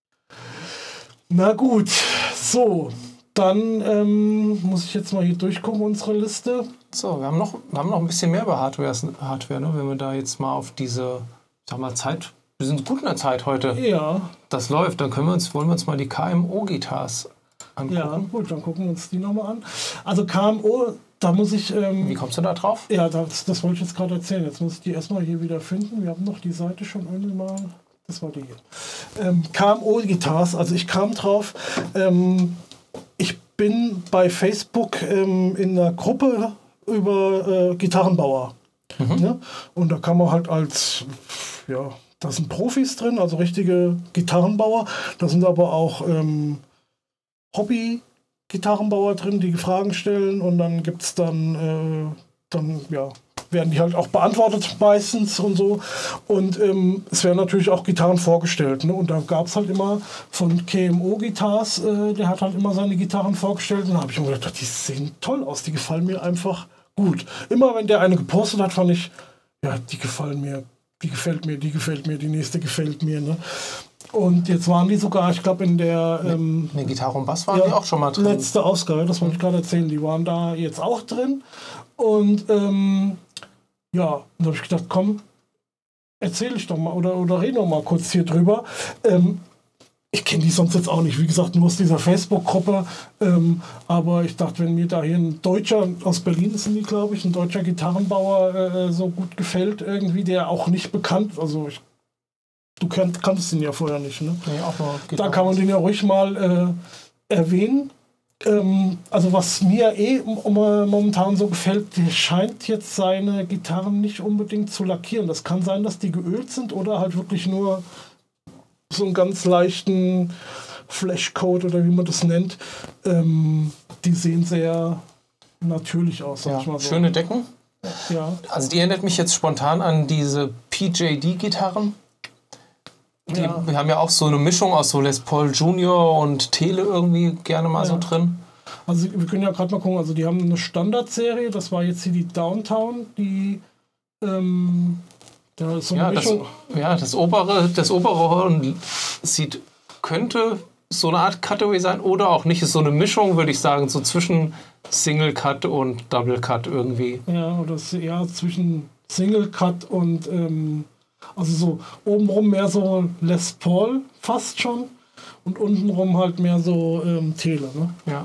Na gut, so. Dann ähm, muss ich jetzt mal hier durchgucken, unsere Liste. So, wir haben noch, wir haben noch ein bisschen mehr über Hardware, Hardware ne? Wenn wir da jetzt mal auf diese, sag mal, Zeit, wir sind gut in der Zeit heute. Ja. Das läuft, dann können wir uns, wollen wir uns mal die K M O-Guitars angucken. Ja, gut, dann gucken wir uns die nochmal an. Also K M O, da muss ich... Ähm, Wie kommst du da drauf? Ja, das, das wollte ich jetzt gerade erzählen. Jetzt muss ich die erstmal hier wieder finden. Wir haben noch die Seite schon einmal... Das war die hier. Ähm, K M O-Guitars, also ich kam drauf... Ähm, Ich bin bei Facebook ähm, in einer Gruppe über äh, Gitarrenbauer. Mhm. Ne? Und da kann man halt als, ja, da sind Profis drin, also richtige Gitarrenbauer. Da sind aber auch ähm, Hobby-Gitarrenbauer drin, die Fragen stellen. Und dann gibt es dann, äh, dann, ja, werden die halt auch beantwortet meistens und so. Und ähm, es werden natürlich auch Gitarren vorgestellt. Ne? Und da gab es halt immer von K M O Guitars, äh, der hat halt immer seine Gitarren vorgestellt. Und da habe ich mir gedacht, die sehen toll aus, die gefallen mir einfach gut. Immer wenn der eine gepostet hat, fand ich, ja, die gefallen mir, die gefällt mir, die gefällt mir, die nächste gefällt mir. Ne? Und jetzt waren die sogar, ich glaube in der... Ähm, eine Gitarre und Bass waren ja, die auch schon mal drin. Letzte Ausgabe, das wollte ich gerade erzählen, die waren da jetzt auch drin. Und ähm, ja, und da habe ich gedacht, komm, erzähle ich doch mal oder, oder rede noch mal kurz hier drüber. Ähm, ich kenne die sonst jetzt auch nicht, wie gesagt, nur aus dieser Facebook-Gruppe. Ähm, aber ich dachte, wenn mir da hier ein Deutscher, aus Berlin sind die, glaube ich, ein deutscher Gitarrenbauer äh, so gut gefällt, irgendwie, der auch nicht bekannt, also ich, du kannt, kanntest ihn ja vorher nicht, ne? Nee, auch nur da kann man den ja ruhig mal äh, erwähnen. Ähm, also was mir eh momentan so gefällt, der scheint jetzt seine Gitarren nicht unbedingt zu lackieren. Das kann sein, dass die geölt sind oder halt wirklich nur so einen ganz leichten Flashcoat oder wie man das nennt. Ähm, die sehen sehr natürlich aus, sag Ja, ich mal so. schöne Decken. Ja. Also die erinnert mich jetzt spontan an diese P J D-Gitarren. Die Ja. Wir haben ja auch so eine Mischung aus so Les Paul Junior und Tele irgendwie gerne mal Ja. so drin. Also wir können ja gerade mal gucken, also die haben eine Standardserie, das war jetzt hier die Downtown, die ähm, da ist so eine Ja, das, Mischung. ja, das obere, das obere Horn sieht, könnte so eine Art Cutaway sein oder auch nicht. Ist so eine Mischung, würde ich sagen, so zwischen Single Cut und Double Cut irgendwie. Ja, oder s- ja, zwischen Single Cut und ähm, also so obenrum mehr so Les Paul fast schon und untenrum halt mehr so ähm, Tele, ne? Ja,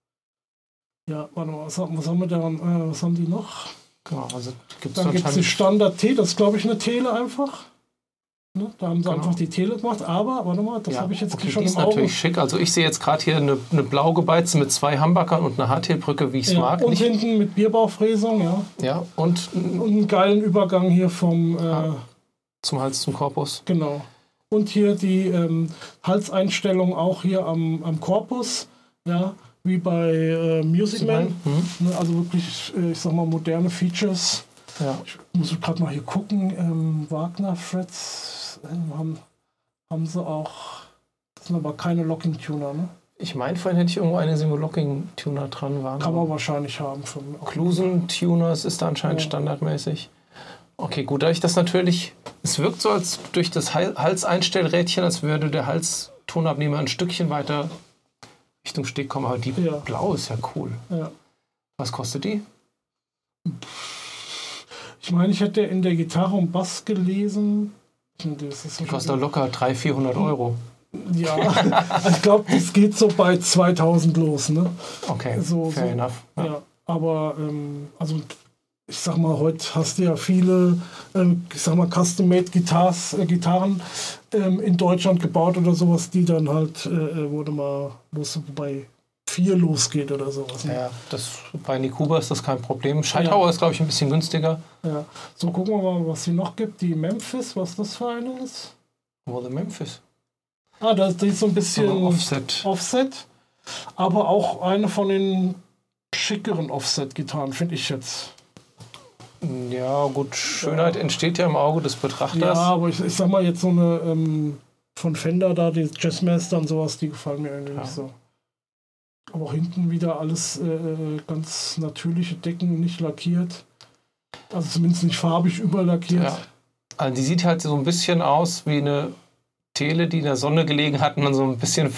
Ja, warte mal, was, haben- was haben wir da? Äh, was haben die noch? genau. Also gibt's Dann gibt es die wahrscheinlich. Standard T, das ist glaube ich eine Tele einfach. Ne? Da haben sie Genau. einfach die Tele gemacht, aber warte mal, das Ja, habe ich jetzt okay, schon die ist im Auge. natürlich schick. Also ich sehe jetzt gerade hier eine, eine blau gebeizte mit zwei Humbuckern und eine Hardtail-Brücke, wie ich es Ja, mag. und Nicht, hinten mit Bierbauchfräsung, ja. ja, und Und einen geilen Übergang hier vom, äh, Ja. zum Hals zum Korpus. genau. Und hier die ähm, Halseinstellung auch hier am, am Korpus, ja, wie bei äh, Music Man. Mhm. Ne, also wirklich, äh, ich sag mal, moderne Features. Ja. Ich muss gerade mal hier gucken. Ähm, Wagner Frets äh, haben, haben sie auch. Das sind aber keine Locking-Tuner, ne? Ich meine, vorhin hätte ich irgendwo eine Simo-Locking-Tuner dran. Waren Kann man wahrscheinlich haben. Für, Klusen-Tuners ist da anscheinend Ja. standardmäßig. Okay, gut, da ich das natürlich. Es wirkt so, als durch das Hal- Halseinstellrädchen, als würde der Halstonabnehmer ein Stückchen weiter Richtung Steg kommen. Aber die Ja. blau ist ja cool. ja. Was kostet die? Ich meine, ich hätte in der Gitarre und Bass gelesen. Das ist so Die kostet locker dreihundert, vierhundert Euro. Ja, also ich glaube, das geht so bei zweitausend los, ne? Okay, So, fair so. enough. Ja, Ja. aber ähm, also ich sag mal, heute hast du ja viele, ähm, ich sag mal, Custom-Made-Gitarren äh, Gitarren, ähm, in Deutschland gebaut oder sowas, die dann halt, äh, wurde mal, wo es bei vier losgeht oder sowas. Ne? Ja, das, bei Nikuba ist das kein Problem. Scheithauer ist, glaube ich, ein bisschen günstiger. Ja. So, gucken wir mal, was sie noch gibt. Die Memphis, was das für eine ist. Wo the Memphis? Ah, das die ist so ein bisschen So Offset. Offset, aber auch eine von den schickeren Offset-Gitarren, finde ich jetzt. Ja, gut, Schönheit entsteht ja im Auge des Betrachters. Ja, aber ich, ich sag mal jetzt so eine ähm, von Fender da, die Jazzmaster und sowas, die gefallen mir irgendwie Ja. nicht so. Aber auch hinten wieder alles äh, ganz natürliche Decken, nicht lackiert. Also zumindest nicht farbig überlackiert. Ja. Also die sieht halt so ein bisschen aus wie eine Tele, die in der Sonne gelegen hat und man so ein bisschen.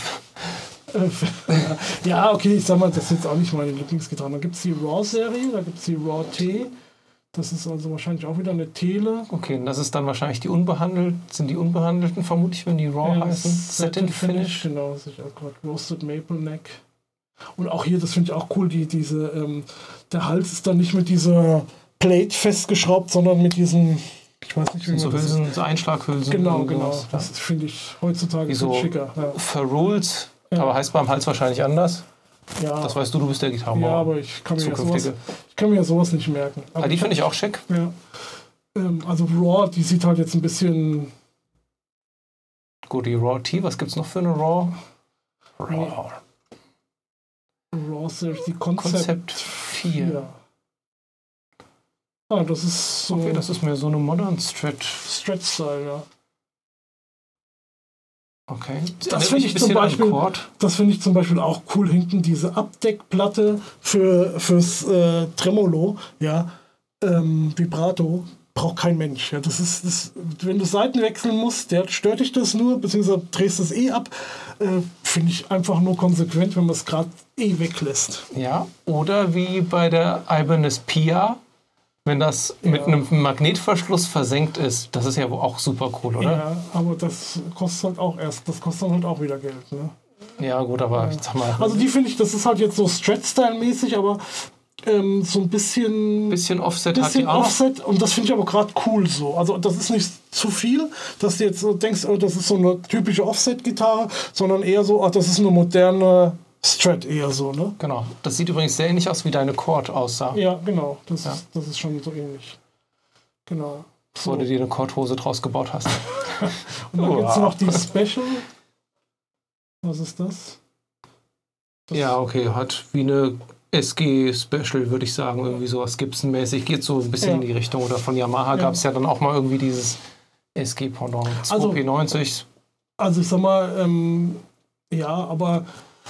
Äh, ja, okay, ich sag mal, das ist jetzt auch nicht meine Lieblingsgitarre. Dann gibt es die Raw-Serie, da gibt es die Raw T. Das ist also wahrscheinlich auch wieder eine Tele. Okay, und das ist dann wahrscheinlich die unbehandelt, sind die unbehandelten vermutlich, wenn die Raw Ja, heißen. Satin Finish. Genau, das ist auch gerade Roasted Maple Neck. Und auch hier, das finde ich auch cool, die, diese, ähm, der Hals ist dann nicht mit dieser Plate festgeschraubt, sondern mit diesen, ich weiß nicht, wie man So das Hülsen, so Einschlaghülsen. Genau, und genau. sowas. Das finde ich heutzutage Wie viel so schicker. Ja. Verrules, Ja. aber heißt beim Hals wahrscheinlich anders. Ja. Das weißt du, du bist der Gitarrenbauer. Ja, aber ich kann mir ja sowas, Zukünftige. ich kann mir ja sowas nicht merken. Aber Ah, die finde ich auch schick. ja. ähm, also Raw, die sieht halt jetzt ein bisschen. Gut, die Raw T, was gibt's noch für eine Raw? Raw. Raw Series, die Concept, Konzept vier. vier. Ah, das ist so Okay, das ist mir so eine Modern Stretch. Stretch-Style, ja. Okay. Das finde ich zum Beispiel, Chord. das finde ich zum Beispiel auch cool hinten, diese Abdeckplatte für, fürs äh, Tremolo, ja, ähm, Vibrato, braucht kein Mensch. Ja, das ist, das, wenn du Seiten wechseln musst, der stört dich das nur, beziehungsweise drehst es eh ab, äh, finde ich einfach nur konsequent, wenn man es gerade eh weglässt. Ja, oder wie bei der Ibanez Pia, wenn das Ja. mit einem Magnetverschluss versenkt ist. Das ist ja wohl auch super cool, oder? Ja, aber das kostet halt auch erst, das kostet dann halt auch wieder Geld. Ne? Ja, gut, aber ich sag mal, Also die finde ich, das ist halt jetzt so Stretch-Style-mäßig, aber ähm, so ein bisschen... ein bisschen Offset hat die bisschen auch. Offset und das finde ich aber gerade cool so. Also das ist nicht zu viel, dass du jetzt so denkst, oh, das ist so eine typische Offset-Gitarre, sondern eher so, ach, das ist eine moderne Strat eher so, ne? Genau. Das sieht übrigens sehr ähnlich aus, wie deine Cord aussah. Ja, genau. Das, Ja. Ist, das ist schon so ähnlich. Genau. Bevor du dir eine Cord-Hose draus gebaut hast. Und dann gibt es Uah. noch die Special. Was ist das? das Ja, okay. Hat wie eine S G-Special, würde ich sagen. Irgendwie sowas Gibson-mäßig. Geht so ein bisschen Ja. in die Richtung. Oder von Yamaha Ja. gab es ja dann auch mal irgendwie dieses S G-Pendant. Also- zwei P neunzig. Also ich sag mal, ähm, ja, aber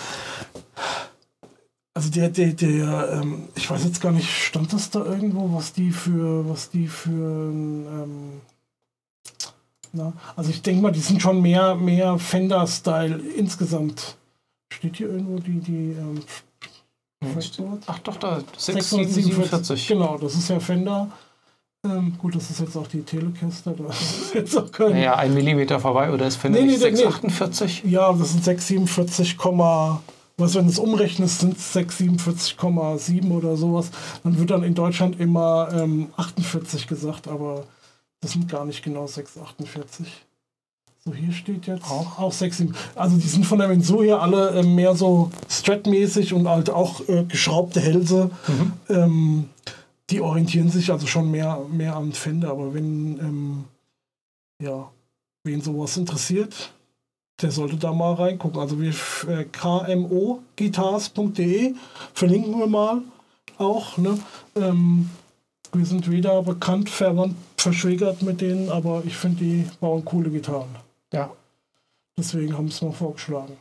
also der, der, der, ähm, ich weiß jetzt gar nicht, stand das da irgendwo, was die für, was die für, ähm, na, also ich denke mal, die sind schon mehr, mehr Fender-Style insgesamt. Steht hier irgendwo die, die, ähm, Fretboard? Ach doch, da. sechs sieben siebenundvierzig. Genau, das ist ja Fender. Ähm, gut, das ist jetzt auch die Telecaster, da ist jetzt auch kein... Naja, ein Millimeter vorbei. Oder ist Fender Nee, nee, nicht nee, nee. sechs achtundvierzig? Ja, das sind sechs siebenundvierzig, was, wenn du es umrechnest, sind es sechs siebenundvierzig Komma sieben oder sowas. Dann wird dann in Deutschland immer ähm, achtundvierzig gesagt, aber das sind gar nicht genau sechs achtundvierzig. So, hier steht jetzt auch, auch sechs sieben. Also die sind von der Mensur her alle äh, mehr so Strat-mäßig und halt auch äh, geschraubte Hälse. Mhm. Ähm, die orientieren sich also schon mehr, mehr an Fender, aber wenn ähm, ja, wen sowas interessiert, der sollte da mal reingucken. Also wir äh, k m o guitars punkt d e verlinken wir mal auch. Ne? Ähm, wir sind weder bekannt, verwandt, verschwägert mit denen, aber ich finde, die bauen coole Gitarren. Ja. Deswegen haben wir es mal vorgeschlagen.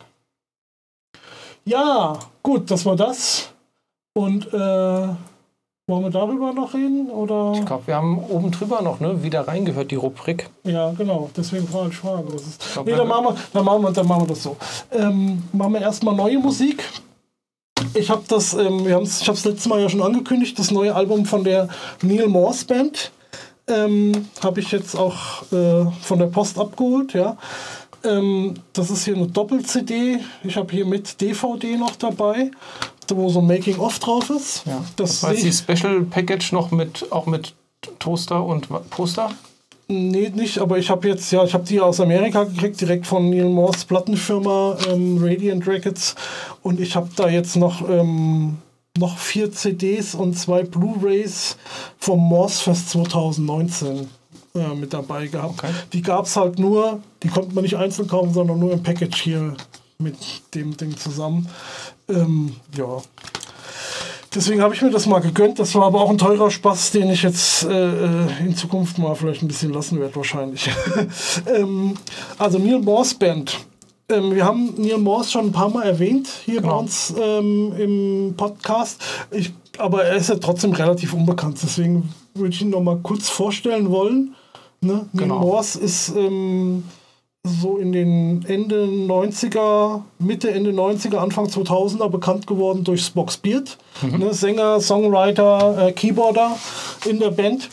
Ja, gut, das war das. Und äh, wollen wir darüber noch reden? Oder? Ich glaube, wir haben oben drüber noch ne, wieder reingehört, die Rubrik. Ja, genau. Deswegen frage ich Fragen. Das ist, glaub, nee, dann machen, wir, dann, machen wir, dann machen wir das so. Ähm, machen wir erstmal neue Musik. Ich habe das, ähm, wir haben's, ich habe es letztes Mal ja schon angekündigt, das neue Album von der Neil Morse Band. Ähm, habe ich jetzt auch äh, von der Post abgeholt. Ja. Ähm, das ist hier eine Doppel-C D. Ich habe hier mit D V D noch dabei, wo so ein Making-of drauf ist. Ja. Das, Das war jetzt sehe die ich- Special Package noch mit, auch mit Toaster und Wa- Poster. Nee, nicht, aber ich habe jetzt, ja, ich habe die aus Amerika gekriegt, direkt von Neil Morse Plattenfirma, ähm, Radiant Records. Und ich habe da jetzt noch, ähm, noch vier C Ds und zwei Blu-Rays vom Morse Fest zwanzig neunzehn äh, mit dabei gehabt. Okay. Die gab es halt nur, die konnte man nicht einzeln kaufen, sondern nur im Package hier mit dem Ding zusammen. Ähm, ja. Deswegen habe ich mir das mal gegönnt. Das war aber auch ein teurer Spaß, den ich jetzt äh, in Zukunft mal vielleicht ein bisschen lassen werde, wahrscheinlich. ähm, also Neil Morse Band. Ähm, wir haben Neil Morse schon ein paar Mal erwähnt hier Genau. bei uns ähm, im Podcast. Ich, aber er ist ja trotzdem relativ unbekannt. Deswegen würde ich ihn noch mal kurz vorstellen wollen. Ne? Neil Genau. Morse ist ähm, so in den Ende neunziger, Mitte, Ende neunziger, Anfang zweitausender bekannt geworden durch Spock's Beard. Ne, Sänger, Songwriter, äh, Keyboarder in der Band.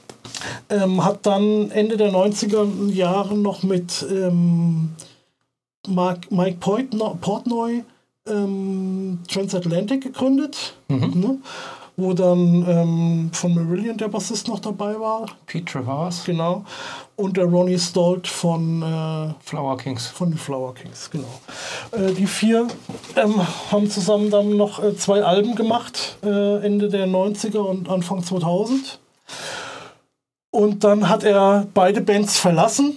Ähm, hat dann Ende der neunziger Jahre noch mit ähm, Mark, Mike Portno- Portnoy ähm, Transatlantic gegründet. Ne? Wo dann ähm, von Marillion der Bassist noch dabei war. Pete Travers, Genau. Und der Ronnie Stolt von äh, Flower Kings. von den Flower Kings, genau. Äh, die vier ähm, haben zusammen dann noch äh, zwei Alben gemacht, äh, Ende der neunziger und Anfang zweitausend. Und dann hat er beide Bands verlassen,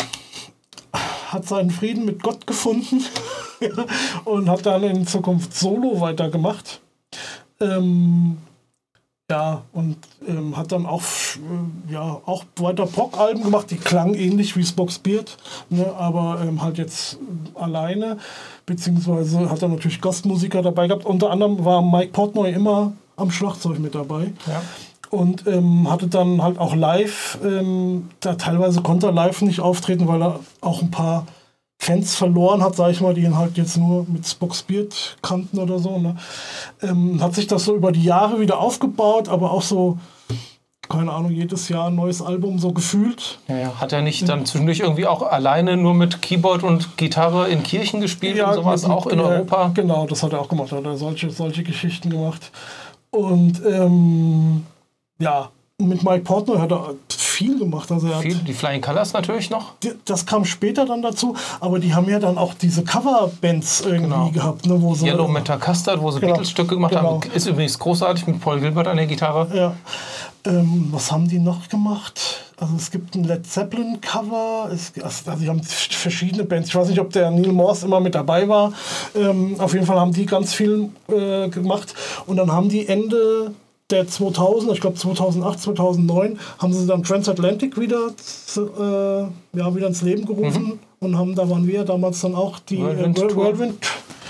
hat seinen Frieden mit Gott gefunden und hat dann in Zukunft Solo weitergemacht. Ähm, ja, und ähm, hat dann auch, äh, ja, auch weiter Prog-Alben gemacht, die klangen ähnlich wie Spock's Beard, ne, aber ähm, halt jetzt äh, alleine, beziehungsweise hat er natürlich Gastmusiker dabei gehabt. Unter anderem war Mike Portnoy immer am Schlagzeug mit dabei. Ja. Und ähm, hatte dann halt auch live, ähm, da teilweise konnte er live nicht auftreten, weil er auch ein paar Fans verloren hat, sag ich mal, die ihn halt jetzt nur mit Spock's Beard kannten oder so. Ne? Ähm, hat sich das so über die Jahre wieder aufgebaut, aber auch so, keine Ahnung, jedes Jahr ein neues Album so gefühlt. Ja, ja. Hat er nicht dann zwischendurch irgendwie auch alleine nur mit Keyboard und Gitarre in Kirchen gespielt und sowas, mit- auch in äh, Europa? Genau, das hat er auch gemacht. Hat er solche, solche Geschichten gemacht. Und ähm, ja, mit Mike Portnoy hat er viel gemacht. Also er Viel, hat, die Flying Colours natürlich noch. die, das kam später dann dazu, aber die haben ja dann auch diese Coverbands irgendwie Genau. gehabt. Ne, wo so Yellow Metal Custard, wo sie Genau, Beatles-Stücke gemacht genau. haben. Ist übrigens großartig mit Paul Gilbert an der Gitarre. Ja. Ähm, was haben die noch gemacht? Also es gibt ein Led Zeppelin Cover. Es, also die haben verschiedene Bands. Ich weiß nicht, ob der Neil Morse immer mit dabei war. Ähm, auf jeden Fall haben die ganz viel äh, gemacht. Und dann haben die Ende der zweitausend, ich glaube zweitausendacht, zweitausendneun, haben sie dann Transatlantic wieder, äh, ja, wieder ins Leben gerufen. Mhm. Und haben, da waren wir damals dann auch die Whirlwind, äh, Whirlwind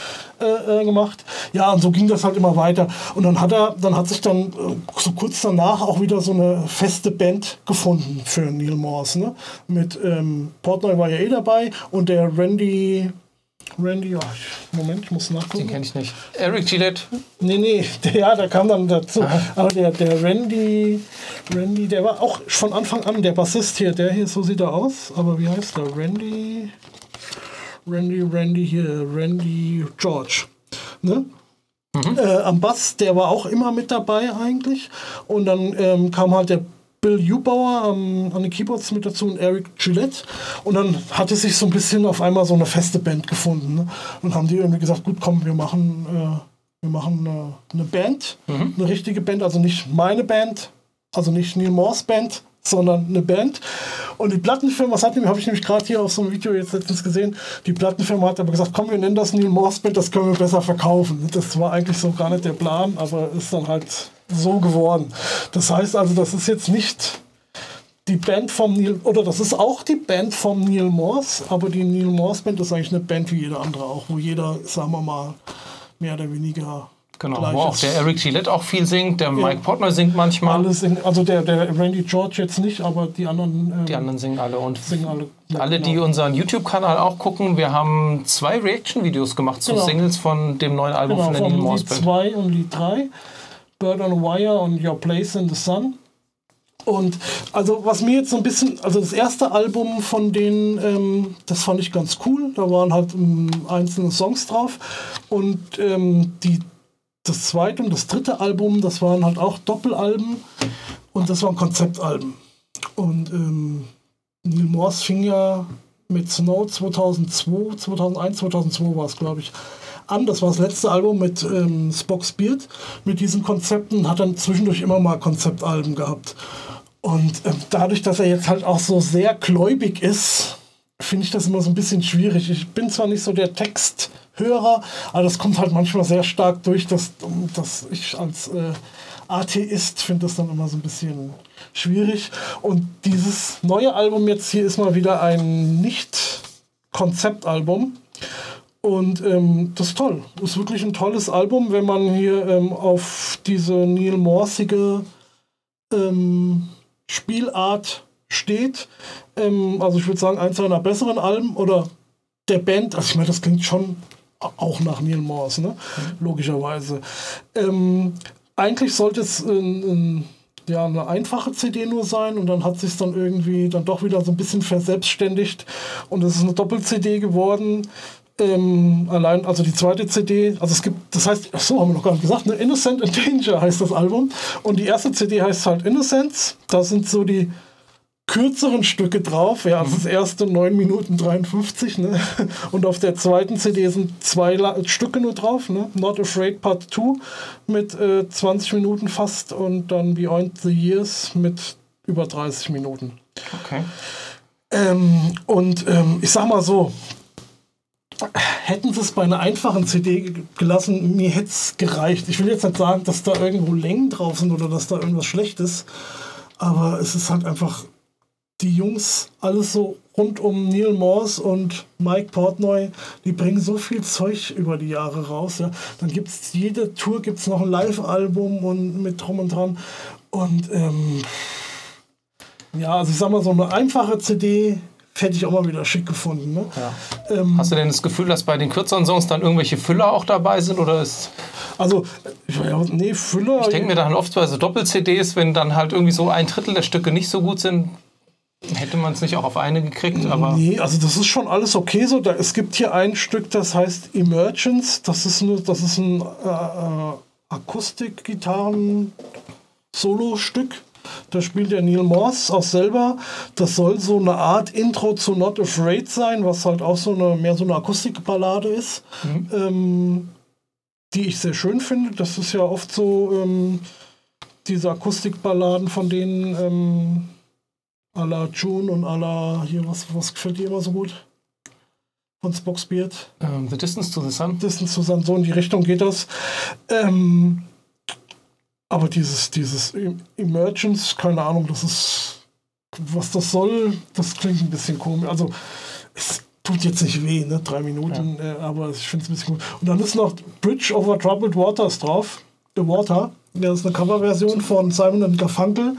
Äh, gemacht. Ja, und so ging das halt immer weiter. Und dann hat er, dann hat sich dann äh, so kurz danach auch wieder so eine feste Band gefunden für Neil Morse. Ne? Mit ähm, Portnoy war ja eh dabei und der Randy. Randy, oh, Moment, ich muss nachgucken. Den kenne ich nicht. Eric Gillette? Nee, nee, der, ja, der kam dann dazu. Aha. Aber der, der Randy, Randy, der war auch von Anfang an der Bassist hier. Der hier, so sieht er aus. Aber wie heißt der? Randy. Randy, Randy hier, Randy George. Ne? Mhm. Äh, am Bass, der war auch immer mit dabei eigentlich. Und dann ähm, kam halt der Bill Eubauer ähm, an den Keyboards mit dazu und Eric Gillette. Und dann hatte sich so ein bisschen auf einmal so eine feste Band gefunden. Ne? Und haben die irgendwie gesagt, gut, komm, wir machen, äh, wir machen eine, eine Band, mhm. eine richtige Band, also nicht meine Band, also nicht Neil Morse Band, sondern eine Band. Und die Plattenfirma, das habe ich nämlich gerade hier auf so einem Video jetzt letztens gesehen, die Plattenfirma hat aber gesagt, komm, wir nennen das Neil Morse Band, das können wir besser verkaufen. Das war eigentlich so gar nicht der Plan, aber ist dann halt so geworden. Das heißt also, das ist jetzt nicht die Band vom Neil, oder das ist auch die Band vom Neil Morse, aber die Neil Morse Band ist eigentlich eine Band wie jede andere auch, wo jeder, sagen wir mal, mehr oder weniger genau, wo auch der Eric Gillette auch viel singt, der ja. Mike Portnoy singt manchmal. Alle singen, also der, der Randy George jetzt nicht, aber die anderen. Ähm, die anderen singen alle. Und singen alle, ja, alle, genau. die unseren YouTube-Kanal auch gucken, wir haben zwei Reaction-Videos gemacht zu genau. Singles von dem neuen Album genau, von der Neil Morse Band. zwei und Lied drei, Bird on a Wire und Your Place in the Sun. Und also was mir jetzt so ein bisschen, also das erste Album von denen, ähm, das fand ich ganz cool. Da waren halt ähm, einzelne Songs drauf. Und ähm, die das zweite und das dritte Album, das waren halt auch Doppelalben und das waren Konzeptalben. Und ähm, Neil Morse fing ja mit Snow zweitausendzwei, zweitausendeins, zweitausendzwei war es, glaube ich, an. Das war das letzte Album mit ähm, Spock's Beard, mit diesen Konzepten, hat dann zwischendurch immer mal Konzeptalben gehabt. Und ähm, dadurch, dass er jetzt halt auch so sehr gläubig ist, finde ich das immer so ein bisschen schwierig. Ich bin zwar nicht so der Texthörer, aber das kommt halt manchmal sehr stark durch, dass, dass ich als äh, Atheist finde das dann immer so ein bisschen schwierig. Und dieses neue Album jetzt hier ist mal wieder ein Nicht-Konzeptalbum. Und ähm, das ist toll. Das ist wirklich ein tolles Album, wenn man hier ähm, auf diese Neil Morsige ähm, Spielart steht. Ähm, also ich würde sagen, eins seiner besseren Alben oder der Band, also ich meine, das klingt schon auch nach Neil Morse, ne? Mhm. Logischerweise. Ähm, eigentlich sollte es ein, ein, ja, eine einfache C D nur sein und dann hat es sich dann irgendwie dann doch wieder so ein bisschen verselbstständigt und es ist eine Doppel-C D geworden. Ähm, allein, also die zweite C D, also es gibt, das heißt, ach so, haben wir noch gar nicht gesagt, ne? Innocent and Danger heißt das Album und die erste C D heißt halt Innocence, da sind so die kürzeren Stücke drauf, ja, also das erste neun Minuten dreiundfünfzig, ne? Und auf der zweiten C D sind zwei La- Stücke nur drauf, ne? Not Afraid Part zwei mit äh, zwanzig Minuten fast und dann Beyond the Years mit über dreißig Minuten. Okay. Ähm, und ähm, ich sag mal so, hätten sie es bei einer einfachen C D gelassen, mir hätte es gereicht. Ich will jetzt nicht sagen, dass da irgendwo Längen drauf sind oder dass da irgendwas schlecht ist, aber es ist halt einfach die Jungs, alles so rund um Neil Morse und Mike Portnoy, die bringen so viel Zeug über die Jahre raus. Ja. Dann gibt es jede Tour gibt's noch ein Live-Album und mit drum und dran. Und ähm, ja, also ich sag mal, so eine einfache C D hätte ich auch mal wieder schick gefunden. Ne? Ja. Ähm, Hast du denn das Gefühl, dass bei den kürzeren Songs dann irgendwelche Füller auch dabei sind? Oder ist also, ja, nee, Füller. Ich denke mir dann oft bei so Doppel-C Ds, wenn dann halt irgendwie so ein Drittel der Stücke nicht so gut sind, hätte man es nicht auch auf eine gekriegt, aber... Nee, also das ist schon alles okay so. Da, es gibt hier ein Stück, das heißt Emergence. Das ist, nur, das ist ein äh, äh, Akustik-Gitarren-Solo-Stück. Da spielt der Neil Morse auch selber. Das soll so eine Art Intro zu Not Afraid sein, was halt auch so eine mehr so eine Akustikballade ist, mhm. ähm, die ich sehr schön finde. Das ist ja oft so ähm, diese Akustikballaden, von denen ähm, à la June und à la, hier, was, was gefällt dir immer so gut? Von Spock's Beard. Um, the Distance to the Sun. Distance to the Sun, so in die Richtung geht das. Ähm, aber dieses, dieses Emergence, keine Ahnung, das ist, was das soll, das klingt ein bisschen komisch. Also, es tut jetzt nicht weh, ne, drei Minuten, ja. äh, aber ich finde es ein bisschen gut. Und dann ist noch Bridge over Troubled Waters drauf. The Water. Das ist eine Coverversion von Simon and Garfunkel.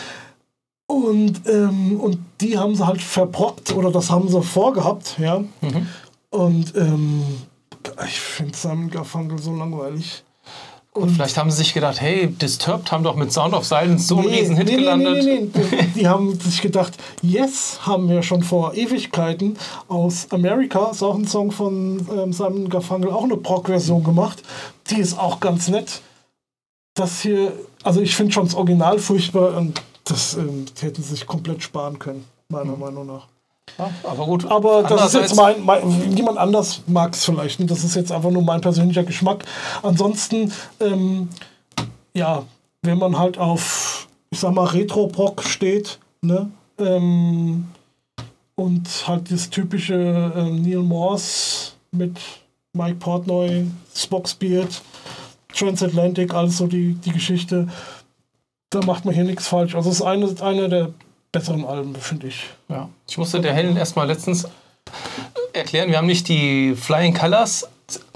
Und, ähm, und die haben sie halt verbrockt, oder das haben sie vorgehabt, ja. Mhm. Und ähm, ich finde Simon Garfunkel so langweilig. Und vielleicht haben sie sich gedacht, hey, Disturbed haben doch mit Sound of Silence so einen nee, riesen Hit nee, gelandet. Nee, nee, nee, nee. Die haben sich gedacht, Yes haben wir schon vor Ewigkeiten aus America, ist auch ein Song von ähm, Simon Garfunkel, auch eine Prog-Version gemacht. Die ist auch ganz nett. Das hier, also ich finde schon das Original furchtbar und das ähm, hätten sie sich komplett sparen können, meiner mhm. Meinung nach. Ja, aber gut. Aber das ist jetzt mein, mein, jemand anders mag es vielleicht. Und das ist jetzt einfach nur mein persönlicher Geschmack. Ansonsten, ähm, ja, wenn man halt auf, ich sag mal, Retro-Prog steht, ne, ähm, und halt das typische ähm, Neil Morse mit Mike Portnoy, Spock's Beard, Transatlantic, alles so die, die Geschichte, da macht man hier nichts falsch. Also es ist eine, eine der besseren Alben, finde ich. Ja. Ich musste der Helen erstmal letztens erklären, wir haben nicht die Flying Colors,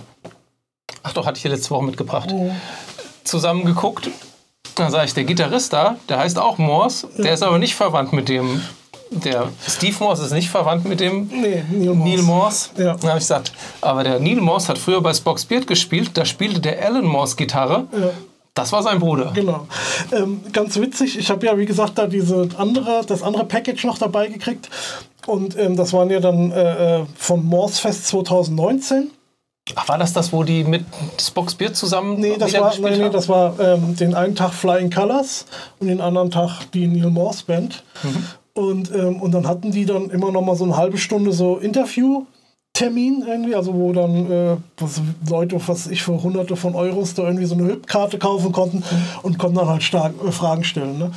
ach doch, hatte ich hier letzte Woche mitgebracht, oh. zusammen geguckt. Da sage ich, der Gitarrist da, der heißt auch Morse, ja. Der ist aber nicht verwandt mit dem, der Steve Morse ist nicht verwandt mit dem nee, Neil Morse. Neil Morse. Ja. Da habe ich gesagt, aber der Neil Morse hat früher bei Spock's Beard gespielt, da spielte der Alan Morse Gitarre. Ja. Das war sein Bruder. Genau. Ähm, ganz witzig, ich habe ja, wie gesagt, da diese andere, das andere Package noch dabei gekriegt. Und ähm, das waren ja dann äh, von Morsefest zwanzig neunzehn. Ach, war das das, wo die mit Spock's Beard zusammen nee, das war, gespielt nee, nee, das war ähm, den einen Tag Flying Colors und den anderen Tag die Neil Morse Band. Mhm. Und, ähm, und dann hatten die dann immer noch mal so eine halbe Stunde so Interview. Termin irgendwie, also wo dann äh, was Leute, was ich für hunderte von Euros da irgendwie so eine Hübkarte kaufen konnten mhm. und konnten dann halt stark äh, Fragen stellen. Ne?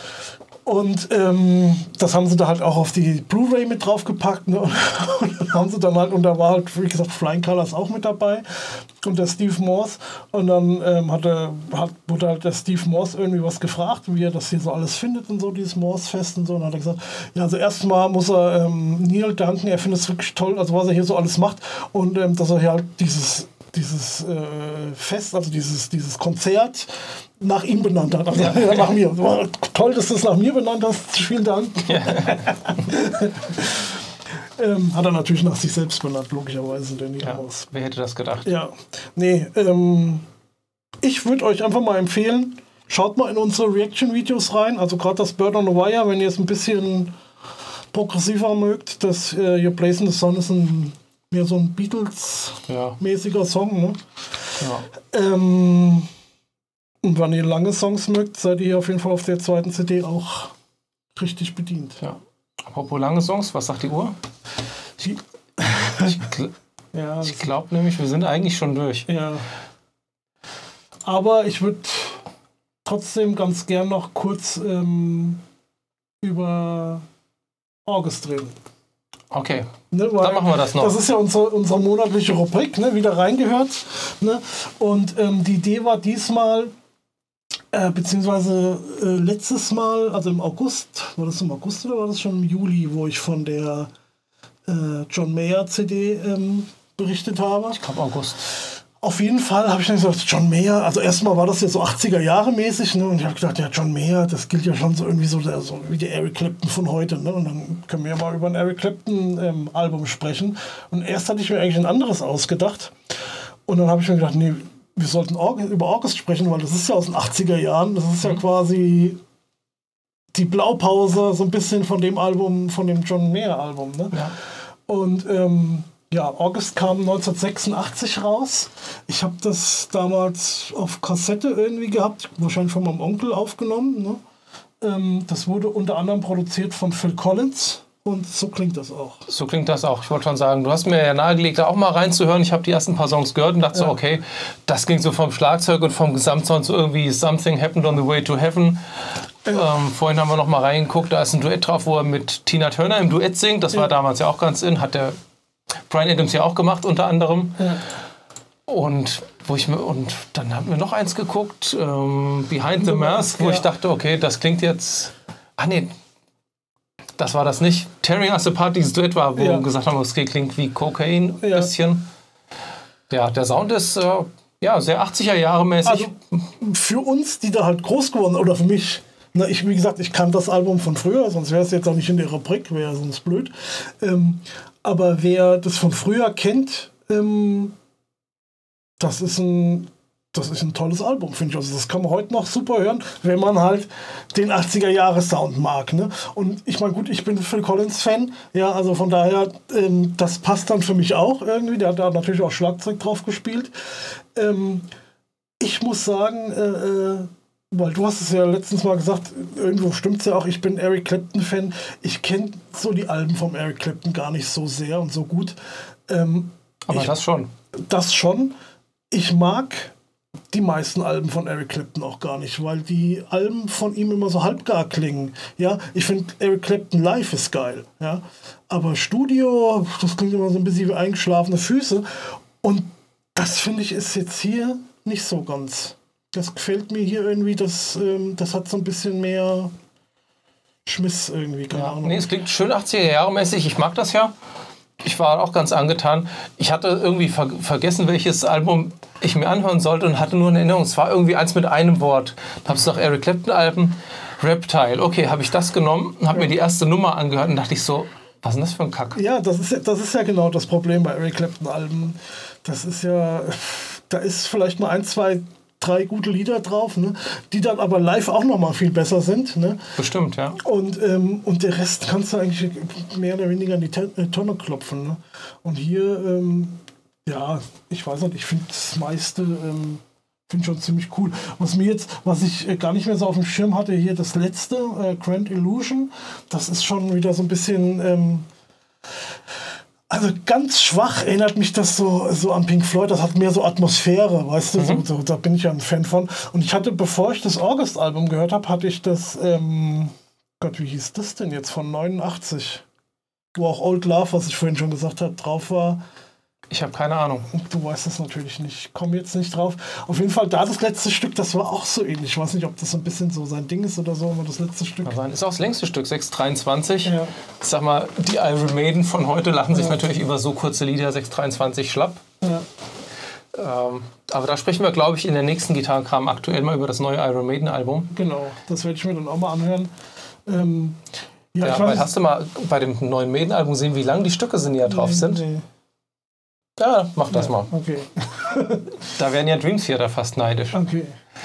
Und ähm, das haben sie da halt auch auf die Blu-ray mit draufgepackt. Ne? Und dann haben sie dann halt, und da war halt, wie gesagt, Flying Colors auch mit dabei und der Steve Morse. Und dann ähm, hatte, hat, wurde halt der Steve Morse irgendwie was gefragt, wie er das hier so alles findet und so, dieses Morse-Fest und so. Und dann hat er gesagt, ja, also erstmal muss er ähm, Neil danken, er findet es wirklich toll, also was er hier so alles macht und ähm, dass er hier halt dieses dieses äh, Fest, also dieses, dieses Konzert nach ihm benannt hat. Also ja. nach mir. Toll, dass du es nach mir benannt hast. Vielen Dank. Ja. ähm, hat er natürlich nach sich selbst benannt, logischerweise. Der ja, wer hätte das gedacht? Ja. Nee, ähm, ich würde euch einfach mal empfehlen, schaut mal in unsere Reaction-Videos rein. Also gerade das Bird on the Wire, wenn ihr es ein bisschen progressiver mögt. Das äh, Your Place in the Sun ist ein mehr so ein Beatles-mäßiger ja. Song, ne? Ja. Ähm, und wenn ihr lange Songs mögt, seid ihr auf jeden Fall auf der zweiten C D auch richtig bedient. Ja. Apropos lange Songs, was sagt die Uhr? Ich, ich, gl- ja, ich glaube nämlich, wir sind eigentlich schon durch. Ja. Aber ich würde trotzdem ganz gern noch kurz ähm, über August reden. Okay, ne, dann machen wir das noch. Das ist ja unsere, unsere monatliche Rubrik, ne, wieder reingehört. Ne? Und ähm, die Idee war diesmal, äh, beziehungsweise äh, letztes Mal, also im August, war das im August oder war das schon im Juli, wo ich von der äh, John Mayer C D ähm, berichtet habe? Ich glaube August. Auf jeden Fall habe ich dann gesagt, John Mayer, also erstmal war das ja so achtziger Jahre mäßig, ne? Und ich habe gedacht, ja, John Mayer, das gilt ja schon so irgendwie so, der, so wie der Eric Clapton von heute, ne? Und dann können wir ja mal über ein Eric Clapton ähm, Album sprechen. Und erst hatte ich mir eigentlich ein anderes ausgedacht. Und dann habe ich mir gedacht, nee, wir sollten August, über August sprechen, weil das ist ja aus den achtziger Jahren, das ist ja mhm. quasi die Blaupause so ein bisschen von dem Album, von dem John Mayer Album, ne? Ja. Und ähm, ja, August kam neunzehnhundertsechsundachtzig raus. Ich habe das damals auf Kassette irgendwie gehabt, wahrscheinlich von meinem Onkel aufgenommen. Ne? Ähm, das wurde unter anderem produziert von Phil Collins. Und so klingt das auch. So klingt das auch. Ich wollte schon sagen, du hast mir ja nahegelegt, da auch mal reinzuhören. Ich habe die ersten paar Songs gehört und dachte ja. so, okay, das klingt so vom Schlagzeug und vom Gesamtsound so irgendwie Something Happened on the Way to Heaven. Ja. Ähm, vorhin haben wir noch mal reingeguckt, da ist ein Duett drauf, wo er mit Tina Turner im Duett singt. Das ja. war damals ja auch ganz in. Hat der Bryan Adams ja auch gemacht, unter anderem. Ja. Und, wo ich mir, und dann haben wir noch eins geguckt, ähm, Behind the Mask, wo ja. ich dachte, okay, das klingt jetzt... Ach nee, das war das nicht. Tearing Us Apart, dieses Duett war, wo ja. wir gesagt haben, es klingt wie Cocaine ein ja. bisschen. Ja, der Sound ist äh, ja, sehr achtziger Jahre mäßig. Also für uns, die da halt groß geworden sind, oder für mich, na, ich, wie gesagt, ich kannte das Album von früher, sonst wäre es jetzt auch nicht in der Rubrik, wäre sonst blöd. Ähm, aber wer das von früher kennt, ähm, das ist ein... Das ist ein tolles Album, finde ich. Also das kann man heute noch super hören, wenn man halt den achtziger-Jahre-Sound mag. Ne? Und ich meine, gut, ich bin Phil Collins-Fan. Ja, also von daher, ähm, das passt dann für mich auch irgendwie. Der hat da natürlich auch Schlagzeug drauf gespielt. Ähm, ich muss sagen, äh, äh, weil du hast es ja letztens mal gesagt, irgendwo stimmt es ja auch, ich bin Eric Clapton-Fan. Ich kenne so die Alben vom Eric Clapton gar nicht so sehr und so gut. Ähm, Aber ich, das schon. Das schon. Ich mag die meisten Alben von Eric Clapton auch gar nicht, weil die Alben von ihm immer so halbgar klingen. Ja, ich finde Eric Clapton live ist geil, ja, aber Studio, das klingt immer so ein bisschen wie eingeschlafene Füße und das finde ich ist jetzt hier nicht so ganz. Das gefällt mir hier irgendwie, das, ähm, das hat so ein bisschen mehr Schmiss irgendwie, keine ja, Ahnung. Nee, es klingt schön achtziger-Jahre-mäßig, ich mag das ja. Ich war auch ganz angetan. Ich hatte irgendwie ver- vergessen, welches Album ich mir anhören sollte und hatte nur eine Erinnerung. Es war irgendwie eins mit einem Wort. Da habe ich noch Eric Clapton-Alben, Reptile. Okay, habe ich das genommen, habe mir die erste Nummer angehört und dachte ich so, was ist denn das für ein Kack? Ja, das ist, das ist ja genau das Problem bei Eric Clapton-Alben. Das ist ja, da ist vielleicht mal ein, zwei, drei gute Lieder drauf, ne? Die dann aber live auch noch mal viel besser sind. Ne? Bestimmt, ja. Und, ähm, und der Rest kannst du eigentlich mehr oder weniger in die T- Tonne klopfen. Ne? Und hier, ähm, ja, ich weiß nicht, ich finde das meiste ähm, finde schon ziemlich cool. Was mir jetzt, was ich äh, gar nicht mehr so auf dem Schirm hatte, hier das letzte, äh, Grand Illusion, das ist schon wieder so ein bisschen... Ähm, Also ganz schwach erinnert mich das so, so an Pink Floyd. Das hat mehr so Atmosphäre, weißt du, mhm. so, so, da bin ich ja ein Fan von. Und ich hatte, bevor ich das August-Album gehört habe, hatte ich das, ähm, Gott, wie hieß das denn jetzt, von neunundachtzig? Wo auch Old Love, was ich vorhin schon gesagt habe, drauf war. Ich habe keine Ahnung. Du weißt das natürlich nicht. Ich komme jetzt nicht drauf. Auf jeden Fall, da das letzte Stück, das war auch so ähnlich. Ich weiß nicht, ob das so ein bisschen so sein Ding ist oder so, aber das letzte Stück. Das ist auch das längste Stück, sechs dreiundzwanzig. Ja. Ich sag mal, die Iron Maiden von heute lachen sich ja. natürlich über so kurze Lieder, sechs dreiundzwanzig schlapp. Ja. Ähm, aber da sprechen wir, glaube ich, in der nächsten Gitarrenkram aktuell mal über das neue Iron Maiden Album. Genau, das werde ich mir dann auch mal anhören. Ähm, ja, ja, ich weil weiß, hast du mal bei dem neuen Maiden Album gesehen, wie lang die Stücke sind, die da drauf nee, sind? Nee. Ja, mach das ja, mal. Okay. Da wären ja Dream Theater fast neidisch. Okay.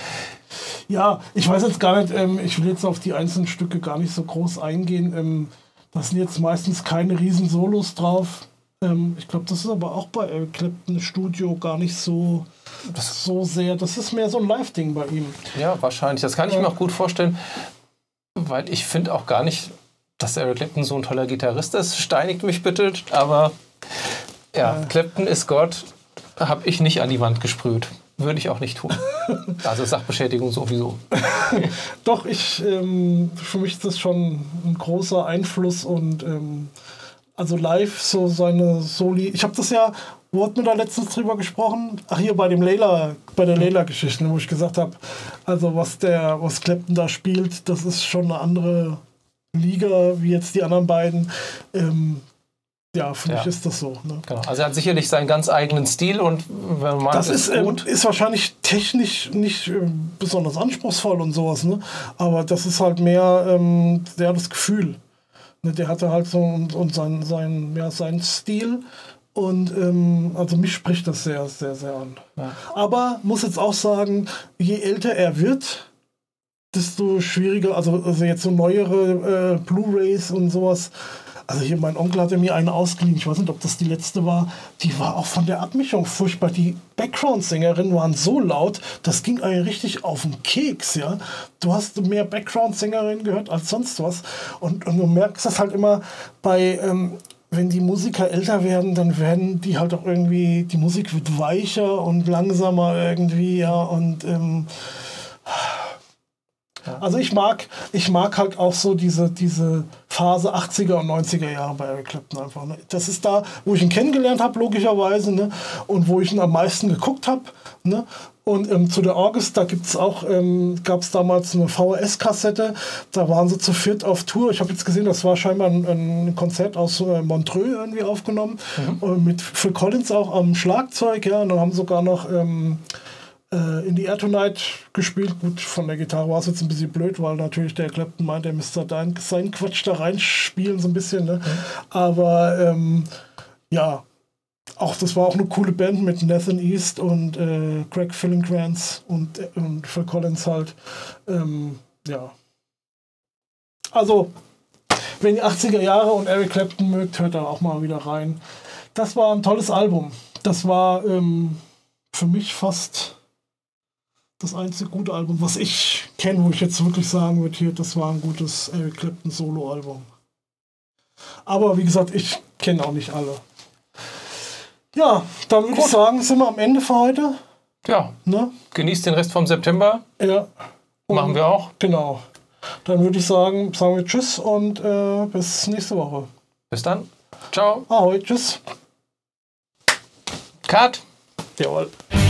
Ja, ich weiß jetzt gar nicht, ähm, ich will jetzt auf die einzelnen Stücke gar nicht so groß eingehen. Ähm, da sind jetzt meistens keine riesen Solos drauf. Ähm, ich glaube, das ist aber auch bei Eric Clapton Studio gar nicht so, so sehr. Das ist mehr so ein Live-Ding bei ihm. Ja, wahrscheinlich. Das kann ich ja. mir auch gut vorstellen, weil ich finde auch gar nicht, dass Eric Clapton so ein toller Gitarrist ist. Steinigt mich bitte, aber ja, äh. Clapton ist Gott, habe ich nicht an die Wand gesprüht. Würde ich auch nicht tun. Also Sachbeschädigung sowieso. Doch, ich, ähm, für mich ist das schon ein großer Einfluss und ähm, also live so seine Soli. Ich habe das ja, wo hat mir da letztens drüber gesprochen? Ach, hier bei dem Layla, bei der Layla-Geschichte, wo ich gesagt habe, also was der, was Clapton da spielt, das ist schon eine andere Liga wie jetzt die anderen beiden. Ähm, Ja, für ja. mich ist das so. Ne? Genau. Also er hat sicherlich seinen ganz eigenen Stil und wenn man das ist, ist, gut. Ähm, ist wahrscheinlich technisch nicht äh, besonders anspruchsvoll und sowas, ne? Aber das ist halt mehr ähm, der das Gefühl. Ne? Der hatte halt so und, und sein, sein, ja, seinen Stil und ähm, also mich spricht das sehr, sehr, sehr an. Ja. Aber muss jetzt auch sagen, je älter er wird, desto schwieriger, also, also jetzt so neuere äh, Blu-Rays und sowas. also hier mein Onkel hatte mir eine ausgeliehen, ich weiß nicht, ob das die letzte war, die war auch von der Abmischung furchtbar. Die Background-Sängerinnen waren so laut, das ging eigentlich richtig auf den Keks, ja. Du hast mehr Background-Sängerinnen gehört als sonst was. Und, und du merkst das halt immer bei, ähm, wenn die Musiker älter werden, dann werden die halt auch irgendwie, die Musik wird weicher und langsamer irgendwie, ja, und ähm, also ich mag, ich mag halt auch so diese, diese Phase achtziger und neunziger Jahre bei Eric Clapton einfach. Ne? Das ist da, wo ich ihn kennengelernt habe, logischerweise, ne? Und wo ich ihn am meisten geguckt habe. Ne? Und ähm, zu der August, da gibt's auch, ähm, gab es damals eine V H S-Kassette, da waren sie zu viert auf Tour. Ich habe jetzt gesehen, das war scheinbar ein, ein Konzert aus äh, Montreux irgendwie aufgenommen, mhm. äh, mit Phil Collins auch am Schlagzeug, ja, und dann haben sogar noch ähm, In the Air Tonight gespielt. Gut, von der Gitarre war es jetzt ein bisschen blöd, weil natürlich der Clapton meint, der müsste dein, seinen Quatsch da reinspielen, so ein bisschen. Ne? Mhm. Aber ähm, ja, auch das war auch eine coole Band mit Nathan East und äh, Greg Fillingrance und, äh, und Phil Collins halt. Ähm, ja. Also, wenn ihr achtziger Jahre und Eric Clapton mögt, hört da auch mal wieder rein. Das war ein tolles Album. Das war ähm, für mich fast das einzige gute Album, was ich kenne, wo ich jetzt wirklich sagen würde, hier, das war ein gutes Eric Clapton Solo-Album. Aber wie gesagt, ich kenne auch nicht alle. Ja, dann würde ich sagen, sind wir am Ende für heute. Ja, ne? Genießt den Rest vom September. Ja. Und machen wir auch. Genau. Dann würde ich sagen, sagen wir Tschüss und äh, bis nächste Woche. Bis dann. Ciao. Ahoi, tschüss. Cut. Jawohl.